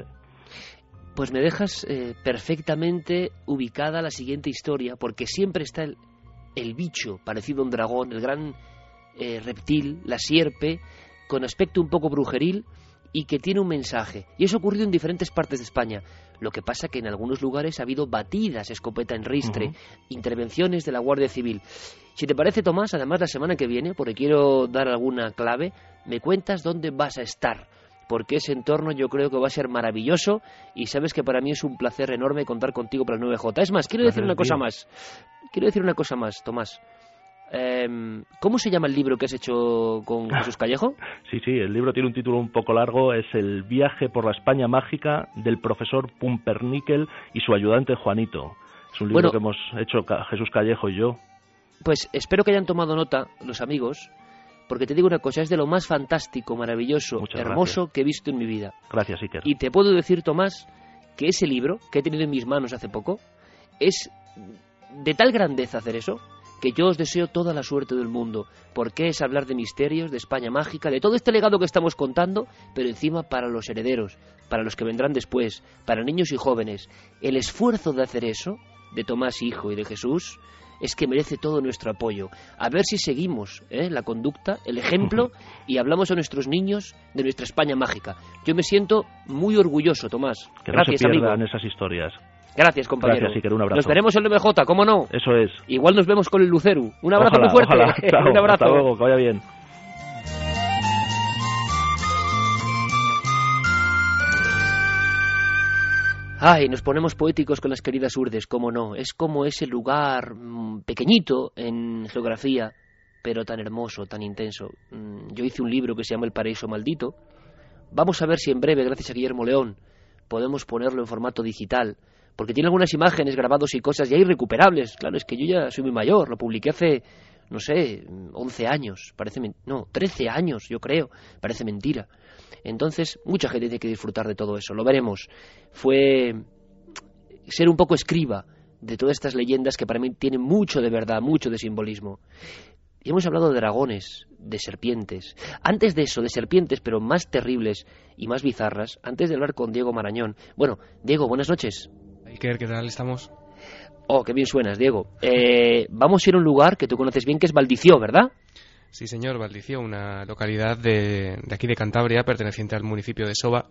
Pues me dejas eh, perfectamente ubicada la siguiente historia, porque siempre está el, el bicho parecido a un dragón, el gran eh, reptil, la sierpe, con aspecto un poco brujeril y que tiene un mensaje. Y eso ha ocurrido en diferentes partes de España. Lo que pasa que en algunos lugares ha habido batidas escopeta en ristre, uh-huh. intervenciones de la Guardia Civil. Si te parece, Tomás, además la semana que viene, porque quiero dar alguna clave, me cuentas dónde vas a estar, porque ese entorno yo creo que va a ser maravilloso, y sabes que para mí es un placer enorme contar contigo para el nueve J. Es más, quiero decir una cosa más. Quiero decir una cosa más, Tomás. Eh, ¿Cómo se llama el libro que has hecho con Jesús Callejo? Sí, sí, el libro tiene un título un poco largo, es El viaje por la España mágica del profesor Pumpernickel y su ayudante Juanito. Es un libro bueno, que hemos hecho Jesús Callejo y yo. Pues espero que hayan tomado nota los amigos, porque te digo una cosa, es de lo más fantástico, maravilloso, Muchas hermoso gracias. que he visto en mi vida. Gracias, Iker. Y te puedo decir, Tomás, que ese libro, que he tenido en mis manos hace poco, es de tal grandeza hacer eso, que yo os deseo toda la suerte del mundo, porque es hablar de misterios, de España mágica, de todo este legado que estamos contando, pero encima para los herederos, para los que vendrán después, para niños y jóvenes. El esfuerzo de hacer eso, de Tomás hijo y de Jesús, es que merece todo nuestro apoyo. A ver si seguimos ¿eh? la conducta, el ejemplo, y hablamos a nuestros niños de nuestra España mágica. Yo me siento muy orgulloso, Tomás. Que Gracias, no se pierdan amigo. esas historias. Gracias, compañero. Gracias, Iker, un abrazo. Nos veremos en el M J, ¿cómo no? Eso es. Igual nos vemos con el Luceru. Un abrazo Ojalá, muy fuerte. ojalá. Chao, un abrazo. hasta luego, que vaya bien. Ay, nos ponemos poéticos con las queridas Urdes, cómo no. Es como ese lugar mmm, pequeñito en geografía, pero tan hermoso, tan intenso. Mm, yo hice un libro que se llama El Paraíso Maldito. Vamos a ver si en breve, gracias a Guillermo León, podemos ponerlo en formato digital, porque tiene algunas imágenes, grabados y cosas ya irrecuperables. Claro, es que yo ya soy muy mayor, lo publiqué hace, no sé, once años, parece men- no, trece años, yo creo, parece mentira. Entonces, mucha gente tiene que disfrutar de todo eso, lo veremos. Fue ser un poco escriba de todas estas leyendas que para mí tienen mucho de verdad, mucho de simbolismo. Y hemos hablado de dragones, de serpientes. Antes de eso, de serpientes, pero más terribles y más bizarras, antes de hablar con Diego Marañón. Bueno, Diego, buenas noches. Iker, ¿qué tal estamos? Oh, qué bien suenas, Diego. Eh, vamos a ir a un lugar que tú conoces bien, que es Valdició, ¿verdad? Sí, señor, Valdició, una localidad de, de aquí de Cantabria, perteneciente al municipio de Soba,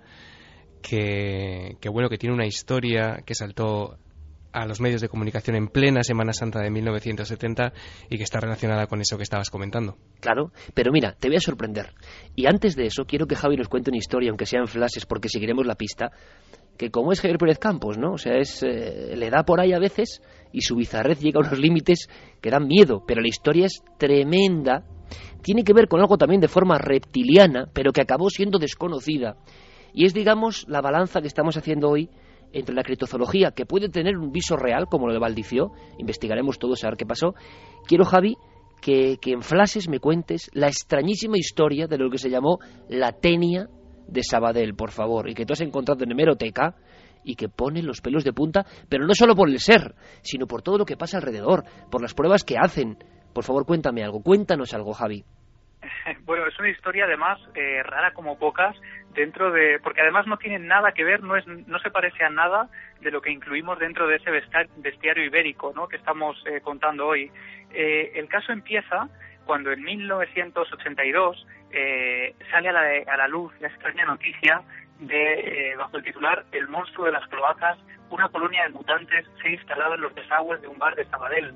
que, que bueno, que tiene una historia que saltó a los medios de comunicación en plena Semana Santa de mil novecientos setenta y que está relacionada con eso que estabas comentando. Claro, pero mira, te voy a sorprender. Y antes de eso, quiero que Javi nos cuente una historia, aunque sea en flashes, porque seguiremos la pista, que como es Javier Pérez Campos, ¿no? O sea, es eh, le da por ahí a veces y su bizarrez llega a unos límites que dan miedo, pero la historia es tremenda. Tiene que ver con algo también de forma reptiliana, pero que acabó siendo desconocida. Y es, digamos, la balanza que estamos haciendo hoy entre la criptozoología, que puede tener un viso real, como lo de Valdició, investigaremos todo, saber qué pasó. Quiero, Javi, que, que en flashes me cuentes la extrañísima historia de lo que se llamó la tenia de Sabadell, por favor, y que tú has encontrado en hemeroteca y que pone los pelos de punta, pero no solo por el ser, sino por todo lo que pasa alrededor, por las pruebas que hacen. Por favor, cuéntame algo, cuéntanos algo, Javi. Bueno, es una historia además eh, rara como pocas, dentro de, porque además no tiene nada que ver, no es, no se parece a nada de lo que incluimos dentro de ese bestiario ibérico, ¿no?, que estamos eh, contando hoy. Eh, el caso empieza cuando en mil novecientos ochenta y dos eh, sale a la, a la luz la extraña noticia de, eh, bajo el titular El monstruo de las cloacas, una colonia de mutantes se ha instalado en los desagües de un bar de Sabadell.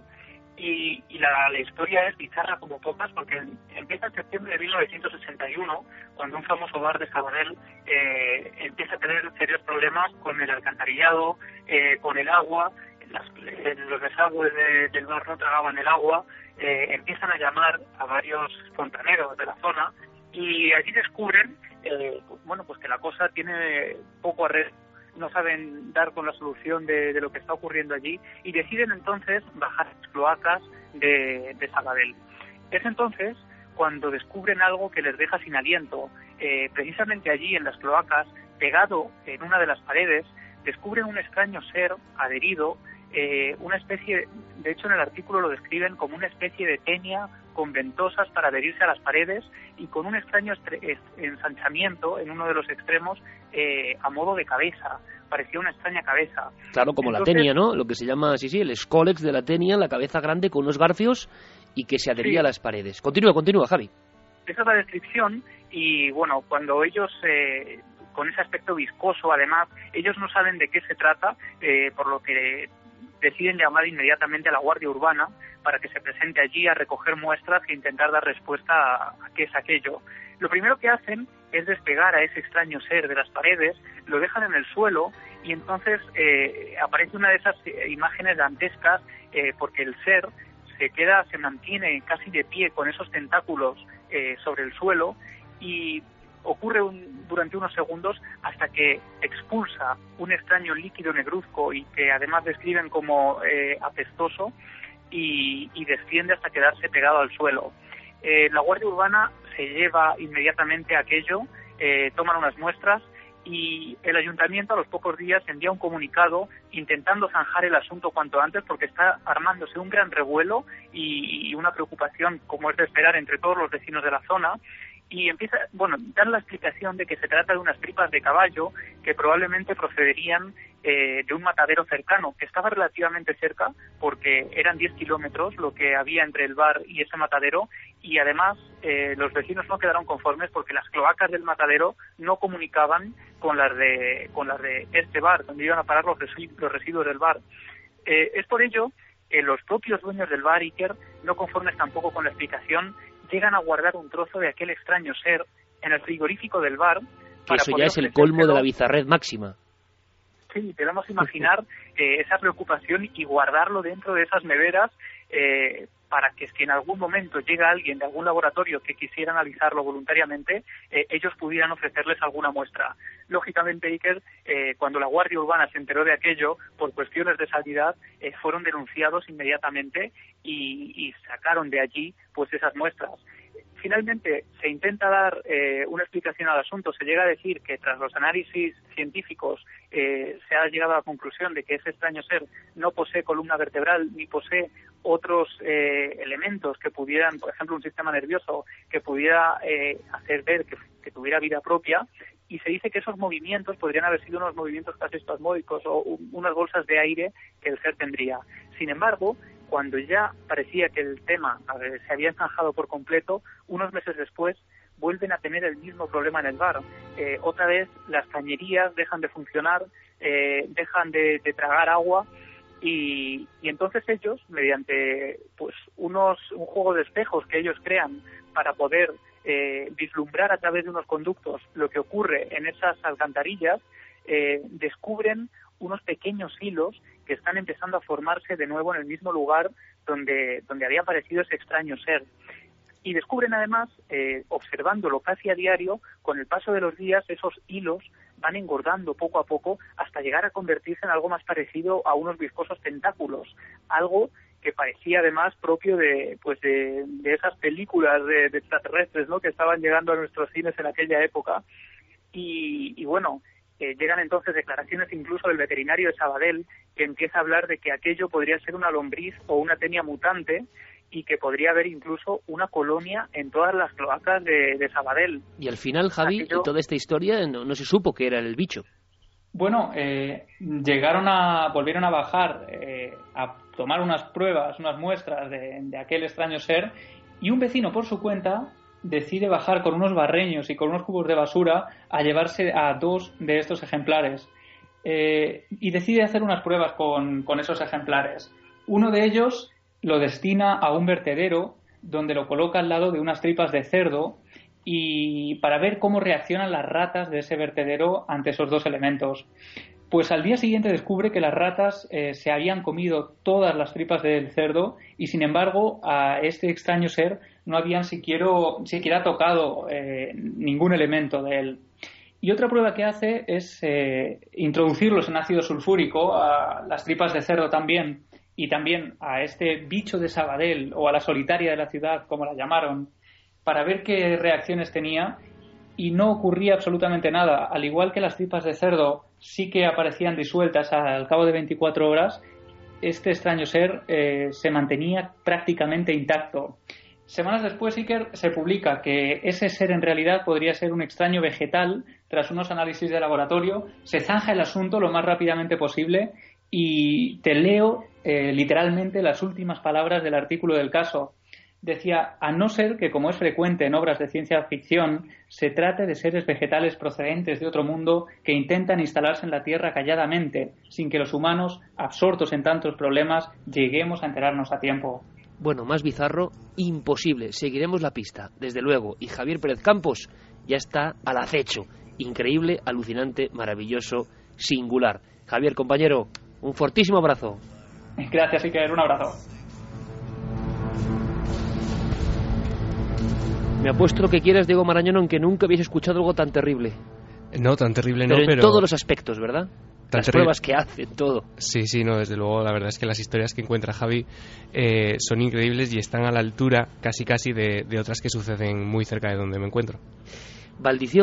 Y, y la, la historia es bizarra como pocas, porque empieza en septiembre de mil novecientos ochenta y uno, cuando un famoso bar de Sabadell eh, empieza a tener serios problemas con el alcantarillado, eh, con el agua. Las, en los desagües de, del bar no tragaban el agua, eh, empiezan a llamar a varios fontaneros de la zona y allí descubren eh, bueno, pues que la cosa tiene poco arreglo. No saben dar con la solución de, de lo que está ocurriendo allí y deciden entonces bajar las cloacas de, de Sabadell. Es entonces cuando descubren algo que les deja sin aliento. Eh, precisamente allí en las cloacas, pegado en una de las paredes, descubren un extraño ser adherido, eh, una especie, de hecho en el artículo lo describen como una especie de tenia con ventosas para adherirse a las paredes y con un extraño estre- ensanchamiento en uno de los extremos eh, a modo de cabeza. Parecía una extraña cabeza. Claro, como Entonces, la tenia, ¿no? Lo que se llama, sí, sí, el escólex de la tenia, la cabeza grande con unos garfios y que se adhería sí. a las paredes. Continúa, continúa, Javi. Esa es la descripción y, bueno, cuando ellos, eh, con ese aspecto viscoso, además, ellos no saben de qué se trata, eh, por lo que deciden llamar inmediatamente a la Guardia Urbana para que se presente allí a recoger muestras e intentar dar respuesta a, a qué es aquello. Lo primero que hacen es despegar a ese extraño ser de las paredes, lo dejan en el suelo y entonces eh, aparece una de esas imágenes dantescas eh, porque el ser se queda, se mantiene casi de pie con esos tentáculos eh, sobre el suelo y ocurre un, durante unos segundos hasta que expulsa un extraño líquido negruzco y que además describen como eh, apestoso y, y desciende hasta quedarse pegado al suelo. Eh, la Guardia Urbana se lleva inmediatamente aquello, eh, toman unas muestras y el ayuntamiento a los pocos días envía un comunicado intentando zanjar el asunto cuanto antes, porque está armándose un gran revuelo y, y una preocupación, como es de esperar, entre todos los vecinos de la zona. Y empieza, bueno, dan la explicación de que se trata de unas tripas de caballo que probablemente procederían eh, de un matadero cercano, que estaba relativamente cerca, porque eran diez kilómetros lo que había entre el bar y ese matadero, y además eh, los vecinos no quedaron conformes porque las cloacas del matadero no comunicaban con las de con las de este bar, donde iban a parar los, resi- los residuos del bar. Eh, es por ello que los propios dueños del bar, Iker, no conformes tampoco con la explicación, llegan a guardar un trozo de aquel extraño ser en el frigorífico del bar. Que eso ya es el colmo de la bizarrez máxima. Sí, podemos imaginar eh, esa preocupación y guardarlo dentro de esas neveras eh, para que si en algún momento llega alguien de algún laboratorio que quisiera analizarlo voluntariamente, eh, ellos pudieran ofrecerles alguna muestra. Lógicamente, Iker, eh, cuando la Guardia Urbana se enteró de aquello, por cuestiones de sanidad, eh, fueron denunciados inmediatamente y, y sacaron de allí pues esas muestras. Finalmente, se intenta dar eh, una explicación al asunto. Se llega a decir que tras los análisis científicos eh, se ha llegado a la conclusión de que ese extraño ser no posee columna vertebral ni posee otros eh, elementos que pudieran, por ejemplo, un sistema nervioso que pudiera eh, hacer ver que, que tuviera vida propia, y se dice que esos movimientos podrían haber sido unos movimientos casi espasmódicos o un, unas bolsas de aire que el ser tendría. Sin embargo, cuando ya parecía que el tema ver, se había zanjado por completo, unos meses después vuelven a tener el mismo problema en el bar. Eh, otra vez las cañerías dejan de funcionar, eh, dejan de, de tragar agua, y, y entonces ellos, mediante pues unos un juego de espejos que ellos crean para poder eh, vislumbrar a través de unos conductos lo que ocurre en esas alcantarillas, eh, descubren unos pequeños hilos que están empezando a formarse de nuevo en el mismo lugar donde, donde había aparecido ese extraño ser. Y descubren además, eh, observándolo casi a diario, con el paso de los días esos hilos van engordando poco a poco hasta llegar a convertirse en algo más parecido a unos viscosos tentáculos, algo que parecía además propio de pues de, de esas películas de, de extraterrestres, ¿no?, que estaban llegando a nuestros cines en aquella época. Y, y bueno, Eh, llegan entonces declaraciones incluso del veterinario de Sabadell, que empieza a hablar de que aquello podría ser una lombriz o una tenia mutante y que podría haber incluso una colonia en todas las cloacas de, de Sabadell. Y al final, Javi, aquello... toda esta historia no, no se supo que era el bicho. Bueno, eh, llegaron a, volvieron a bajar, eh, a tomar unas pruebas, unas muestras de, de aquel extraño ser, y un vecino por su cuenta decide bajar con unos barreños y con unos cubos de basura a llevarse a dos de estos ejemplares. Eh, y decide hacer unas pruebas con, con esos ejemplares. Uno de ellos lo destina a un vertedero donde lo coloca al lado de unas tripas de cerdo y para ver cómo reaccionan las ratas de ese vertedero ante esos dos elementos. Pues al día siguiente descubre que las ratas eh, se habían comido todas las tripas del cerdo y sin embargo a este extraño ser no habían siquiera, siquiera tocado eh, ningún elemento de él. Y otra prueba que hace es eh, introducirlos en ácido sulfúrico a las tripas de cerdo también y también a este bicho de Sabadell o a la solitaria de la ciudad, como la llamaron, para ver qué reacciones tenía. Y no ocurría absolutamente nada. Al igual que las tripas de cerdo sí que aparecían disueltas al cabo de veinticuatro horas, este extraño ser eh, se mantenía prácticamente intacto. Semanas después, Iker, se publica que ese ser en realidad podría ser un extraño vegetal. Tras unos análisis de laboratorio, se zanja el asunto lo más rápidamente posible y te leo eh, literalmente las últimas palabras del artículo del caso. Decía, a no ser que, como es frecuente en obras de ciencia ficción, se trate de seres vegetales procedentes de otro mundo que intentan instalarse en la Tierra calladamente, sin que los humanos, absortos en tantos problemas, lleguemos a enterarnos a tiempo. Bueno, más bizarro, imposible. Seguiremos la pista, desde luego. Y Javier Pérez Campos ya está al acecho. Increíble, alucinante, maravilloso, singular. Javier, compañero, un fortísimo abrazo. Gracias, Iker. Un abrazo. Me apuesto lo que quieras, Diego Marañón, aunque nunca habéis escuchado algo tan terrible. No, tan terrible no, pero... pero... en todos los aspectos, ¿verdad? Las terrible. Pruebas que hacen, todo. Sí, sí, no, desde luego, la verdad es que las historias que encuentra Javi eh, son increíbles y están a la altura, casi casi, de, de otras que suceden muy cerca de donde me encuentro. Valdició,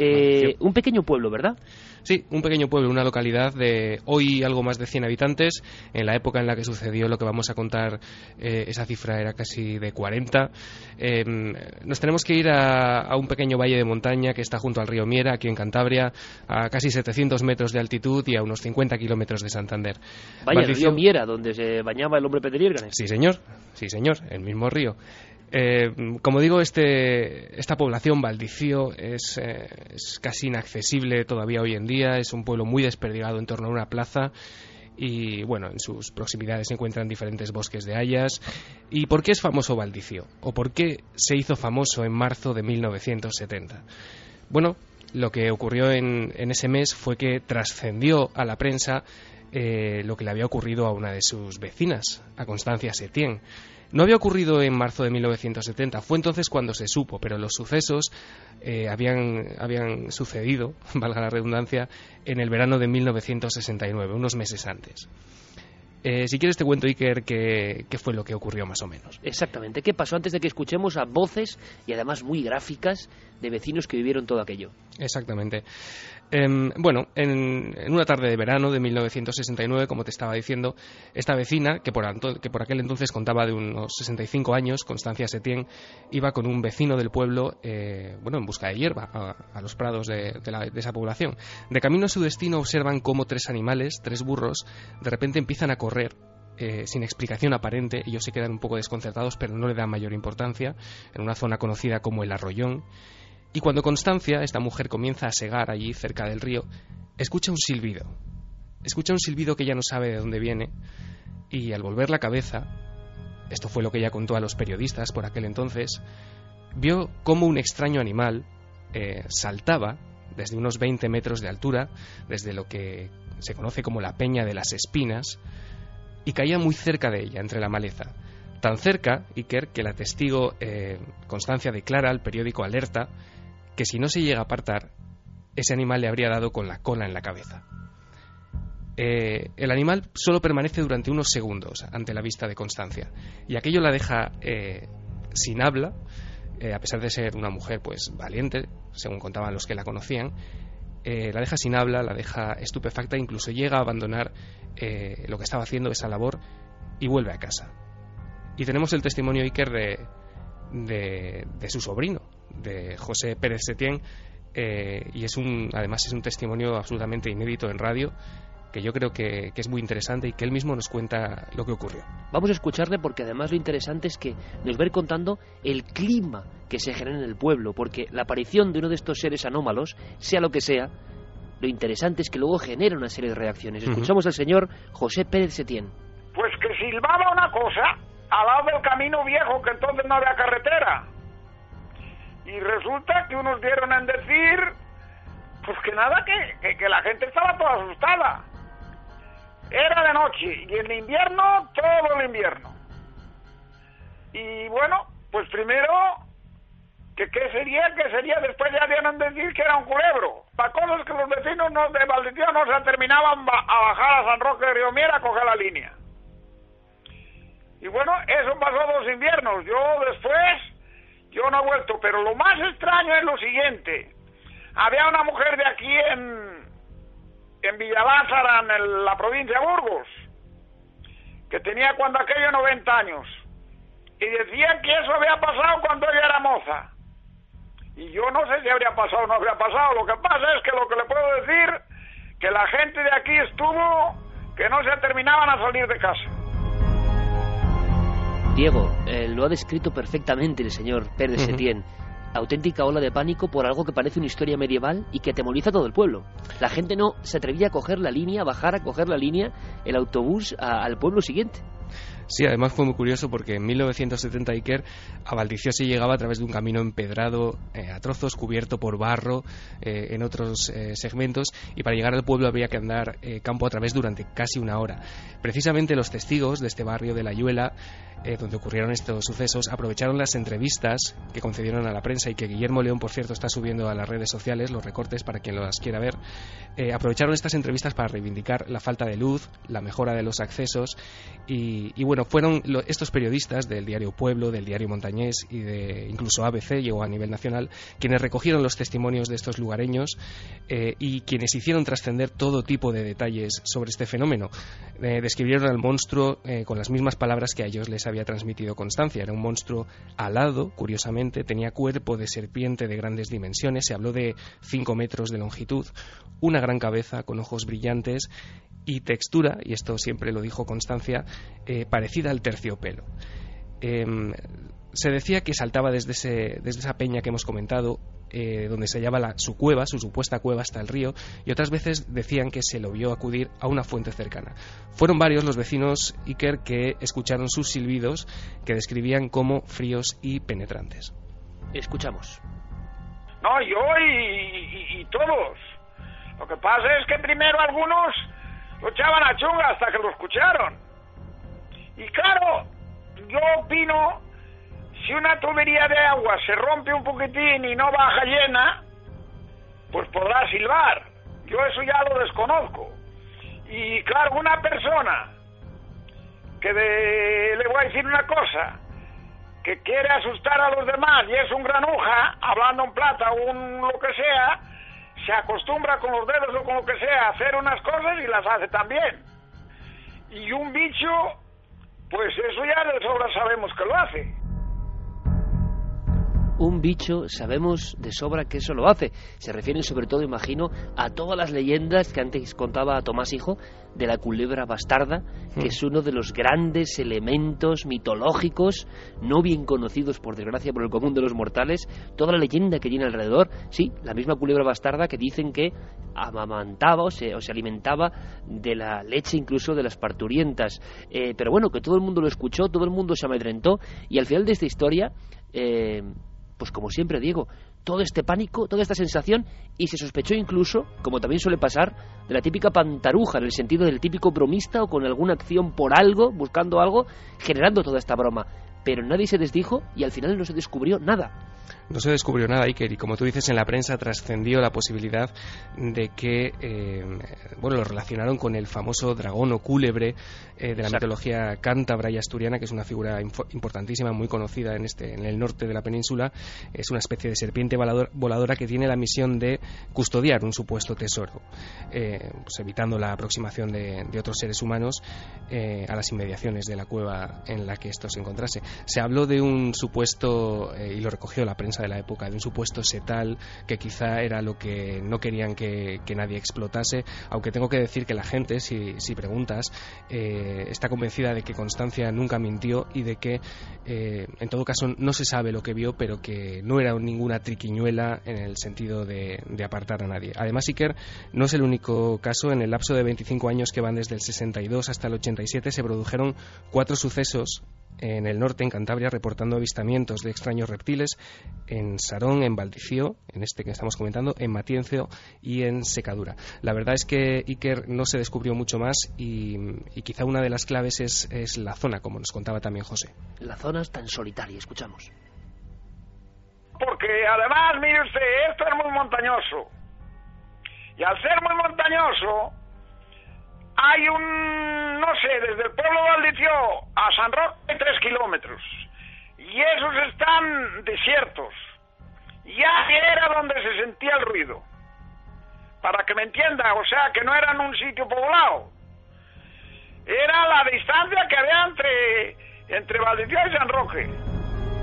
Eh, un pequeño pueblo, ¿verdad? Sí, un pequeño pueblo, una localidad de hoy algo más de cien habitantes. En la época en la que sucedió lo que vamos a contar, eh, esa cifra era casi de cuarenta. Eh, nos tenemos que ir a, a un pequeño valle de montaña que está junto al río Miera, aquí en Cantabria, a casi setecientos metros de altitud y a unos cincuenta kilómetros de Santander. Vaya, el río Miera, donde se bañaba el hombre Pedriérganes. Sí, señor, sí, señor, el mismo río. Eh, como digo, este, esta población, Valdicio, es, eh, es casi inaccesible todavía hoy en día. Es un pueblo muy desperdigado en torno a una plaza y, bueno, en sus proximidades se encuentran diferentes bosques de hayas. ¿Y por qué es famoso Valdicio? ¿O por qué se hizo famoso en marzo de mil novecientos setenta? Bueno, lo que ocurrió en, en ese mes fue que trascendió a la prensa eh, lo que le había ocurrido a una de sus vecinas, a Constancia Setién. No había ocurrido en marzo de mil novecientos setenta, fue entonces cuando se supo, pero los sucesos eh, habían, habían sucedido, valga la redundancia, en el verano de mil novecientos sesenta y nueve, unos meses antes. Eh, si quieres te cuento, Iker, qué, qué fue lo que ocurrió más o menos. Exactamente, qué pasó antes de que escuchemos a voces y además muy gráficas de vecinos que vivieron todo aquello. Exactamente. Eh, bueno, en, en una tarde de verano de mil novecientos sesenta y nueve, como te estaba diciendo, esta vecina, que por, anto, que por aquel entonces contaba de unos sesenta y cinco años, Constancia Setién, iba con un vecino del pueblo, eh, bueno, en busca de hierba a, a los prados de, de, la, de esa población. De camino a su destino observan cómo tres animales, tres burros, de repente empiezan a correr Eh, sin explicación aparente. Ellos se quedan un poco desconcertados, pero no le dan mayor importancia, en una zona conocida como el Arroyón. Y cuando Constancia, esta mujer, comienza a segar allí cerca del río, escucha un silbido. Escucha un silbido que ella no sabe de dónde viene, y al volver la cabeza, esto fue lo que ella contó a los periodistas por aquel entonces, vio cómo un extraño animal eh, saltaba desde unos veinte metros de altura, desde lo que se conoce como la Peña de las Espinas, y caía muy cerca de ella, entre la maleza. Tan cerca, Iker, que la testigo eh, Constancia declara al periódico Alerta que si no se llega a apartar, ese animal le habría dado con la cola en la cabeza. Eh, el animal solo permanece durante unos segundos ante la vista de Constancia, y aquello la deja eh, sin habla, eh, a pesar de ser una mujer pues valiente, según contaban los que la conocían. Eh, la deja sin habla, la deja estupefacta, incluso llega a abandonar eh, lo que estaba haciendo, esa labor, y vuelve a casa. Y tenemos el testimonio, Iker, de, de, de su sobrino, de José Pérez Setién, eh, y es un, además es un testimonio absolutamente inédito en radio, que yo creo que, que es muy interesante y que él mismo nos cuenta lo que ocurrió. Vamos a escucharle, porque además lo interesante es que nos va a ir contando el clima que se genera en el pueblo, porque la aparición de uno de estos seres anómalos, sea lo que sea, lo interesante es que luego genera una serie de reacciones. Escuchamos uh-huh. al señor José Pérez Setién. Pues que silbaba una cosa al lado del camino viejo, que entonces no había carretera, y resulta que unos dieron en decir pues que nada, que, que, que la gente estaba toda asustada. Era de noche, y en invierno, todo el invierno. Y bueno, pues primero, que qué sería, que sería, después ya dieron a decir que era un culebro. Para cosas que los vecinos no, de Valdicio no se terminaban ba- a bajar a San Roque de Río Miera a coger la línea. Y bueno, eso pasó dos inviernos. Yo después, yo no he vuelto, pero lo más extraño es lo siguiente. Había una mujer de aquí en... en Villalázara, en el, la provincia de Burgos, que tenía cuando aquello noventa años, y decía que eso había pasado cuando ella era moza. Y yo no sé si habría pasado o no habría pasado. Lo que pasa es que lo que le puedo decir, que la gente de aquí estuvo, que no se terminaban a salir de casa. Diego, eh, lo ha descrito perfectamente el señor Pérez uh-huh. Setién. Auténtica ola de pánico por algo que parece una historia medieval y que atemoriza a todo el pueblo. La gente no se atrevía a coger la línea, a bajar a coger la línea, el autobús a, al pueblo siguiente. Sí, además fue muy curioso porque en mil novecientos setenta, Iker, a Valdicio se llegaba a través de un camino empedrado, eh, a trozos, cubierto por barro eh, en otros eh, segmentos, y para llegar al pueblo había que andar eh, campo a través durante casi una hora. Precisamente los testigos de este barrio de La Ayuela, eh, donde ocurrieron estos sucesos, aprovecharon las entrevistas que concedieron a la prensa, y que Guillermo León, por cierto, está subiendo a las redes sociales los recortes para quien las quiera ver. Eh, aprovecharon estas entrevistas para reivindicar la falta de luz, la mejora de los accesos y, y bueno, bueno, fueron lo, estos periodistas del diario Pueblo, del diario Montañés y de incluso A B C, llegó a nivel nacional, quienes recogieron los testimonios de estos lugareños eh, y quienes hicieron trascender todo tipo de detalles sobre este fenómeno. Eh, describieron al monstruo eh, con las mismas palabras que a ellos les había transmitido Constancia. Era un monstruo alado, curiosamente, tenía cuerpo de serpiente de grandes dimensiones, se habló de cinco metros de longitud, una gran cabeza con ojos brillantes y textura, y esto siempre lo dijo Constancia, eh, parecida al terciopelo. Eh, se decía que saltaba desde, ese, desde esa peña que hemos comentado, eh, donde se hallaba la, su cueva, su supuesta cueva, hasta el río, y otras veces decían que se lo vio acudir a una fuente cercana. Fueron varios los vecinos Iker que escucharon sus silbidos, que describían como fríos y penetrantes. Escuchamos. No, yo y, y, y todos. Lo que pasa es que primero algunos lo echaban a chunga hasta que lo escucharon. Y claro, yo opino, si una tubería de agua se rompe un poquitín y no baja llena, pues podrá silbar. Yo eso ya lo desconozco. Y claro, una persona que de, le voy a decir una cosa, que quiere asustar a los demás y es un granuja, hablando en plata o un lo que sea, se acostumbra con los dedos o con lo que sea a hacer unas cosas y las hace también. Y un bicho, pues eso ya de sobra sabemos que lo hace. Un bicho, sabemos de sobra que eso lo hace. Se refieren sobre todo, imagino, a todas las leyendas que antes contaba Tomás Hijo de la culebra bastarda, que es uno de los grandes elementos mitológicos, no bien conocidos, por desgracia, por el común de los mortales. Toda la leyenda que tiene alrededor, sí, la misma culebra bastarda que dicen que amamantaba o se, o se alimentaba de la leche incluso de las parturientas. Eh, pero bueno, que todo el mundo lo escuchó, todo el mundo se amedrentó, y al final de esta historia... Eh, pues como siempre digo, todo este pánico, toda esta sensación, y se sospechó incluso, como también suele pasar, de la típica pantaruja, en el sentido del típico bromista o con alguna acción por algo, buscando algo, generando toda esta broma. Pero nadie se desdijo y al final no se descubrió nada. No se descubrió nada, Iker, y como tú dices, en la prensa trascendió la posibilidad de que, eh, bueno, lo relacionaron con el famoso dragón o cúlebre eh, de la Exacto. mitología cántabra y asturiana, que es una figura importantísima, muy conocida en este en el norte de la península. Es una especie de serpiente volador, voladora que tiene la misión de custodiar un supuesto tesoro, eh, pues evitando la aproximación de, de otros seres humanos eh, a las inmediaciones de la cueva en la que esto se encontrase. Se habló de un supuesto, eh, y lo recogió la prensa de la época, de un supuesto setal que quizá era lo que no querían que, que nadie explotase, aunque tengo que decir que la gente, si, si preguntas, eh, está convencida de que Constancia nunca mintió y de que eh, en todo caso no se sabe lo que vio, pero que no era ninguna triquiñuela en el sentido de, de apartar a nadie. Además, Iker, no es el único caso. En el lapso de veinticinco años que van desde el sesenta y dos hasta el ochenta y siete se produjeron cuatro sucesos en el norte, en Cantabria, reportando avistamientos de extraños reptiles en Sarón, en Valdicio, en este que estamos comentando, en Matienzo y en Secadura. La verdad es que Iker no se descubrió mucho más y, y quizá una de las claves es, es la zona, como nos contaba también José. La zona es tan solitaria, escuchamos. Porque además, mire usted, esto es muy montañoso. Y al ser muy montañoso, hay un, no sé, desde el pueblo de Valdicio a San Roque hay tres kilómetros. Y esos están desiertos. Ya era donde se sentía el ruido. Para que me entienda, o sea, que no eran un sitio poblado. Era la distancia que había entre, entre Valdicio y San Roque.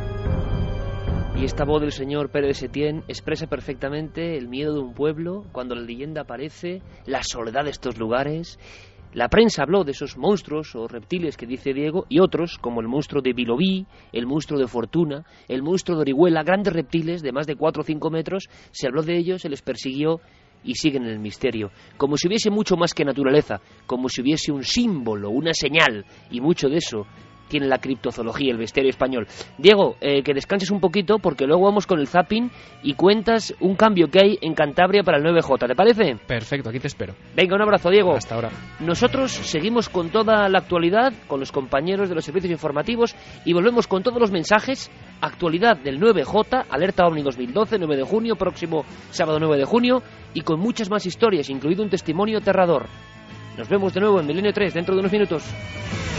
Y esta voz del señor Pérez de Setién expresa perfectamente el miedo de un pueblo cuando la leyenda aparece, la soledad de estos lugares. La prensa habló de esos monstruos o reptiles que dice Diego y otros, como el monstruo de Vilobí, el monstruo de Fortuna, el monstruo de Orihuela, grandes reptiles de más de cuatro o cinco metros. Se habló de ellos, se les persiguió y siguen en el misterio, como si hubiese mucho más que naturaleza, como si hubiese un símbolo, una señal, y mucho de eso tiene la criptozoología, el bestiario español. Diego, eh, que descanses un poquito porque luego vamos con el zapping y cuentas un cambio que hay en Cantabria para el nueve J, ¿te parece? Perfecto, aquí te espero. Venga, un abrazo, Diego. Hasta ahora. Nosotros seguimos con toda la actualidad, con los compañeros de los servicios informativos y volvemos con todos los mensajes. Actualidad del nueve J, Alerta OVNI dos mil doce, nueve de junio, próximo sábado nueve de junio, y con muchas más historias, incluido un testimonio aterrador. Nos vemos de nuevo en Milenio tres dentro de unos minutos.